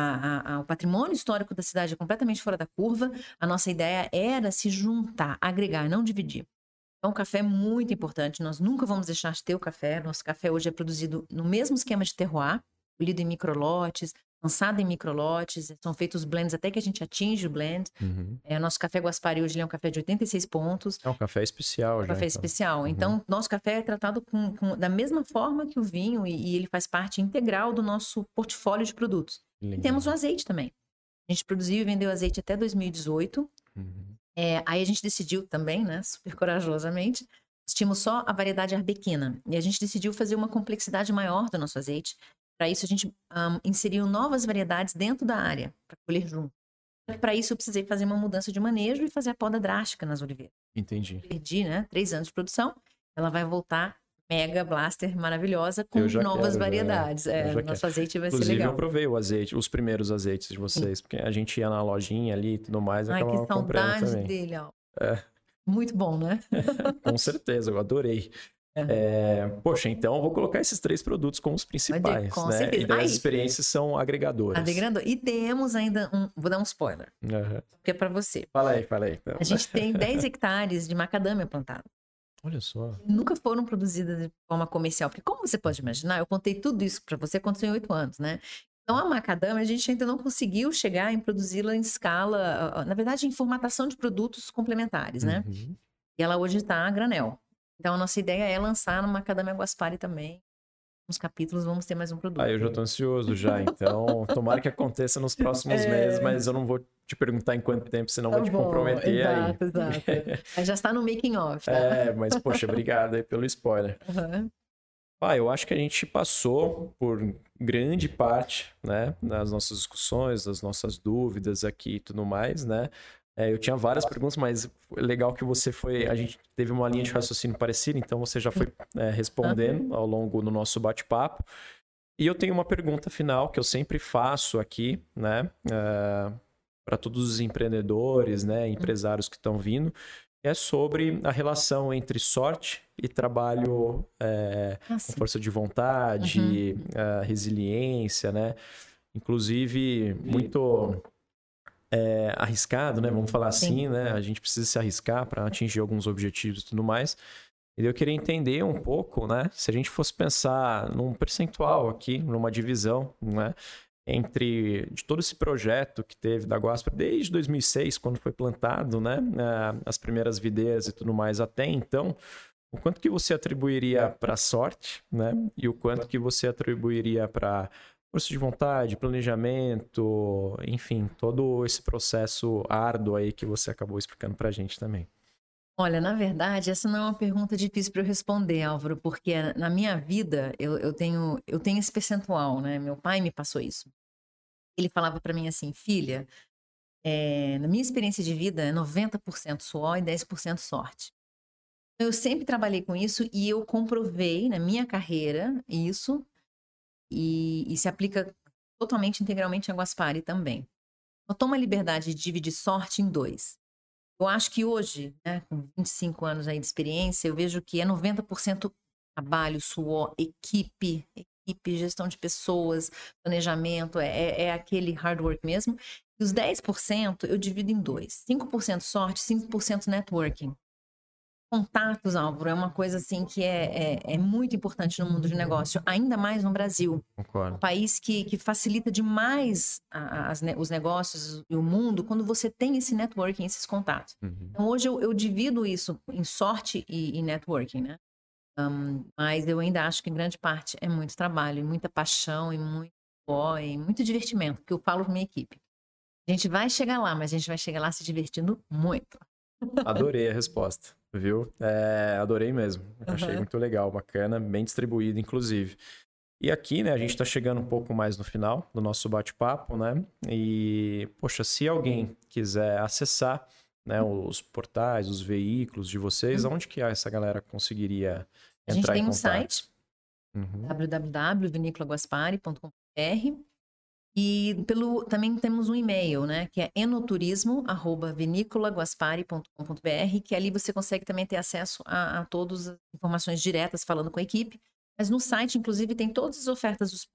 S2: o patrimônio histórico da cidade é completamente fora da curva. A nossa ideia era se juntar, agregar, não dividir. Então, o café é muito importante. Nós nunca vamos deixar de ter o café. Nosso café hoje é produzido no mesmo esquema de terroir, colhido em microlotes, lançado em microlotes, são feitos blends até que a gente atinge o blend. Nosso café Guaspari hoje ele é um café de 86 pontos.
S1: É um café especial já.
S2: Café especial. Então, nosso café é tratado da mesma forma que o vinho e ele faz parte integral do nosso portfólio de produtos. E temos o azeite também. A gente produziu e vendeu azeite até 2018. Aí a gente decidiu também, né, super corajosamente, nós tínhamos só a variedade arbequina. E a gente decidiu fazer uma complexidade maior do nosso azeite. Para isso, a gente inseriu novas variedades dentro da área, para colher junto. Para isso, eu precisei fazer uma mudança de manejo e fazer a poda drástica nas oliveiras.
S1: Entendi.
S2: Perdi, né? 3 anos de produção. Ela vai voltar mega blaster maravilhosa com novas variedades. Nosso azeite vai ser legal.
S1: Inclusive, eu provei o azeite, os primeiros azeites de vocês, porque a gente ia na lojinha ali e tudo mais.
S2: Ai, que saudade dele, ó. Muito bom, né?
S1: Com certeza, eu adorei. Poxa, então eu vou colocar esses 3 produtos como os principais,
S2: com
S1: né?
S2: certeza.
S1: E daí as experiências são agregadoras.
S2: E temos ainda vou dar um spoiler, porque é para você.
S1: Fala aí. Então.
S2: A gente tem 10 hectares de macadâmia plantada.
S1: Olha só.
S2: Nunca foram produzidas de forma comercial, porque como você pode imaginar, eu contei tudo isso para você quando tinha 8 anos, né? Então a macadâmia a gente ainda não conseguiu chegar em produzi-la em escala, na verdade em formatação de produtos complementares, né? E ela hoje está a granel. Então, a nossa ideia é lançar no Macadâmia Guaspari também. Nos capítulos, vamos ter mais um produto.
S1: Eu já tô ansioso já, então tomara que aconteça nos próximos meses, mas eu não vou te perguntar em quanto tempo, senão vou te comprometer aí.
S2: Exato. Já está no making of, tá?
S1: Mas poxa, obrigado aí pelo spoiler. Eu acho que a gente passou por grande parte, né, das nossas discussões, das nossas dúvidas aqui e tudo mais, né? Eu tinha várias perguntas, mas legal que a gente teve uma linha de raciocínio parecida, então você já foi respondendo ao longo do nosso bate-papo. E eu tenho uma pergunta final que eu sempre faço aqui, né, para todos os empreendedores, né, empresários que estão vindo, é sobre a relação entre sorte e trabalho com força de vontade, resiliência, né? Inclusive, muito... arriscado, né? Vamos falar assim, né? A gente precisa se arriscar para atingir alguns objetivos e tudo mais. E eu queria entender um pouco, né? Se a gente fosse pensar num percentual aqui, numa divisão, né? De todo esse projeto que teve da Guaspari desde 2006, quando foi plantado, né? As primeiras videiras e tudo mais até então, o quanto que você atribuiria para sorte, né? E o quanto que você atribuiria para força de vontade, planejamento, enfim, todo esse processo árduo aí que você acabou explicando pra gente também.
S2: Olha, na verdade, essa não é uma pergunta difícil para eu responder, Álvaro, porque na minha vida eu tenho esse percentual, né? Meu pai me passou isso. Ele falava para mim assim, filha, na minha experiência de vida é 90% suor e 10% sorte. Eu sempre trabalhei com isso e eu comprovei na minha carreira isso. E se aplica totalmente, integralmente a Guaspari também. Eu tomo a liberdade de dividir sorte em 2. Eu acho que hoje, né, com 25 anos aí de experiência, eu vejo que é 90% trabalho, suor, equipe, gestão de pessoas, planejamento, é aquele hard work mesmo. E os 10% eu divido em 2. 5% sorte, 5% networking. Contatos, Álvaro, é uma coisa assim que é muito importante no mundo de negócio, ainda mais no Brasil.
S1: Concordo.
S2: Um país que facilita demais os negócios e o mundo quando você tem esse networking, esses contatos. Então, hoje eu divido isso em sorte e networking, né? Mas eu ainda acho que em grande parte é muito trabalho, e muita paixão, e muito divertimento, que eu falo para minha equipe. A gente vai chegar lá, mas a gente vai chegar lá se divertindo muito.
S1: Adorei a resposta, viu? Adorei mesmo. Achei muito legal, bacana, bem distribuído, inclusive. E aqui, né, a gente está chegando um pouco mais no final do nosso bate-papo, né? E, poxa, se alguém quiser acessar, né, os portais, os veículos de vocês, onde que essa galera conseguiria entrar em contato?
S2: A gente tem um site, www.viniculaguaspari.com.br. E também temos um e-mail, né, que é enoturismo@viniculaguaspari.com.br, que ali você consegue também ter acesso a todas as informações diretas falando com a equipe. Mas no site, inclusive, tem todas as ofertas dos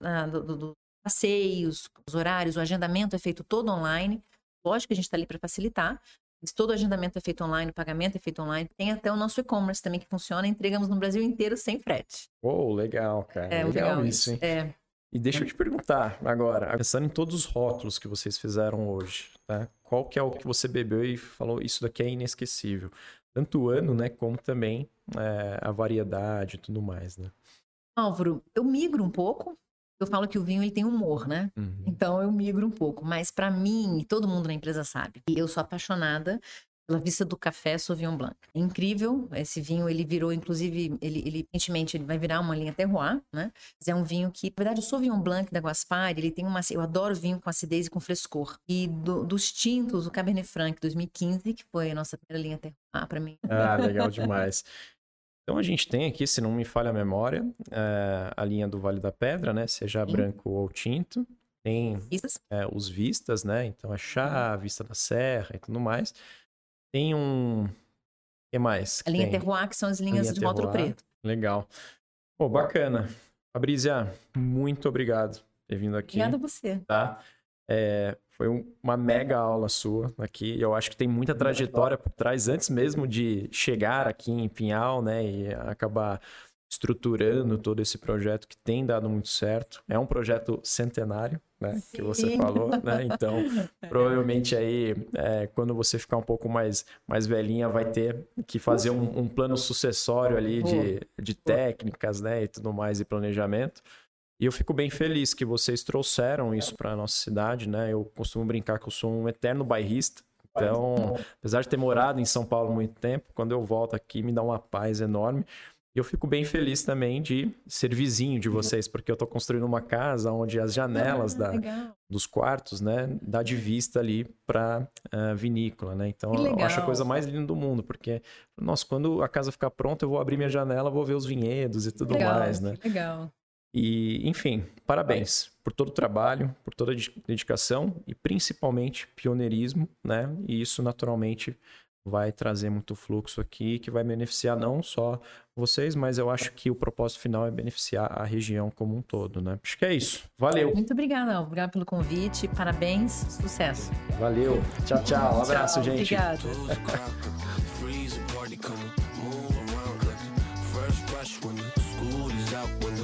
S2: passeios, os horários, o agendamento é feito todo online. Lógico que a gente está ali para facilitar, mas todo o agendamento é feito online, o pagamento é feito online. Tem até o nosso e-commerce também que funciona, entregamos no Brasil inteiro sem frete.
S1: Legal, cara. Legal isso, hein? E deixa eu te perguntar agora, pensando em todos os rótulos que vocês fizeram hoje, tá? Qual que é o que você bebeu e falou, isso daqui é inesquecível? Tanto o ano, né, como também a variedade e tudo mais, né?
S2: Álvaro, eu migro um pouco. Eu falo que o vinho ele tem humor, né? Então eu migro um pouco. Mas para mim, e todo mundo na empresa sabe, eu sou apaixonada pela Vista do Café Sauvignon Blanc. É incrível. Esse vinho, ele virou, inclusive, recentemente, ele vai virar uma linha terroir, né? Mas é um vinho que, na verdade, o Sauvignon Blanc da Guaspari, ele tem eu adoro vinho com acidez e com frescor. E dos tintos, o Cabernet Franc 2015, que foi a nossa primeira linha terroir para mim.
S1: Legal demais. Então a gente tem aqui, se não me falha a memória, a linha do Vale da Pedra, né? Seja branco ou tinto. Tem os vistas, né? Então a chá, a vista da serra e tudo mais. Tem o que mais?
S2: A linha terroir, que são as linhas de rótulo preto.
S1: Legal. Pô, bacana. Fabrícia, muito obrigado por ter vindo aqui.
S2: Obrigada a você.
S1: Tá? Foi uma mega aula sua aqui. Eu acho que tem muita trajetória por trás, antes mesmo de chegar aqui em Pinhal, né? E acabar estruturando todo esse projeto que tem dado muito certo. É um projeto centenário, né? Sim. Que você falou, né? Então, provavelmente aí, quando você ficar um pouco mais velhinha, vai ter que fazer um plano sucessório ali de técnicas, né? E tudo mais, e planejamento. E eu fico bem feliz que vocês trouxeram isso para a nossa cidade, né? Eu costumo brincar que eu sou um eterno bairrista. Então, apesar de ter morado em São Paulo há muito tempo, quando eu volto aqui me dá uma paz enorme. E eu fico bem feliz também de ser vizinho de vocês, porque eu estou construindo uma casa onde as janelas dos quartos, né, dá de vista ali para a vinícola, né? Então, eu acho a coisa mais linda do mundo, porque, nossa, quando a casa ficar pronta, eu vou abrir minha janela, vou ver os vinhedos e tudo mais, né?
S2: Legal.
S1: E, enfim, parabéns por todo o trabalho, por toda a dedicação e principalmente pioneirismo, né? E isso naturalmente vai trazer muito fluxo aqui, que vai beneficiar não só vocês, mas eu acho que o propósito final é beneficiar a região como um todo, né? Acho que é isso. Valeu.
S2: Muito obrigada, obrigado pelo convite, parabéns, sucesso.
S1: Valeu. Tchau, tchau. Um abraço, gente.
S2: Obrigada.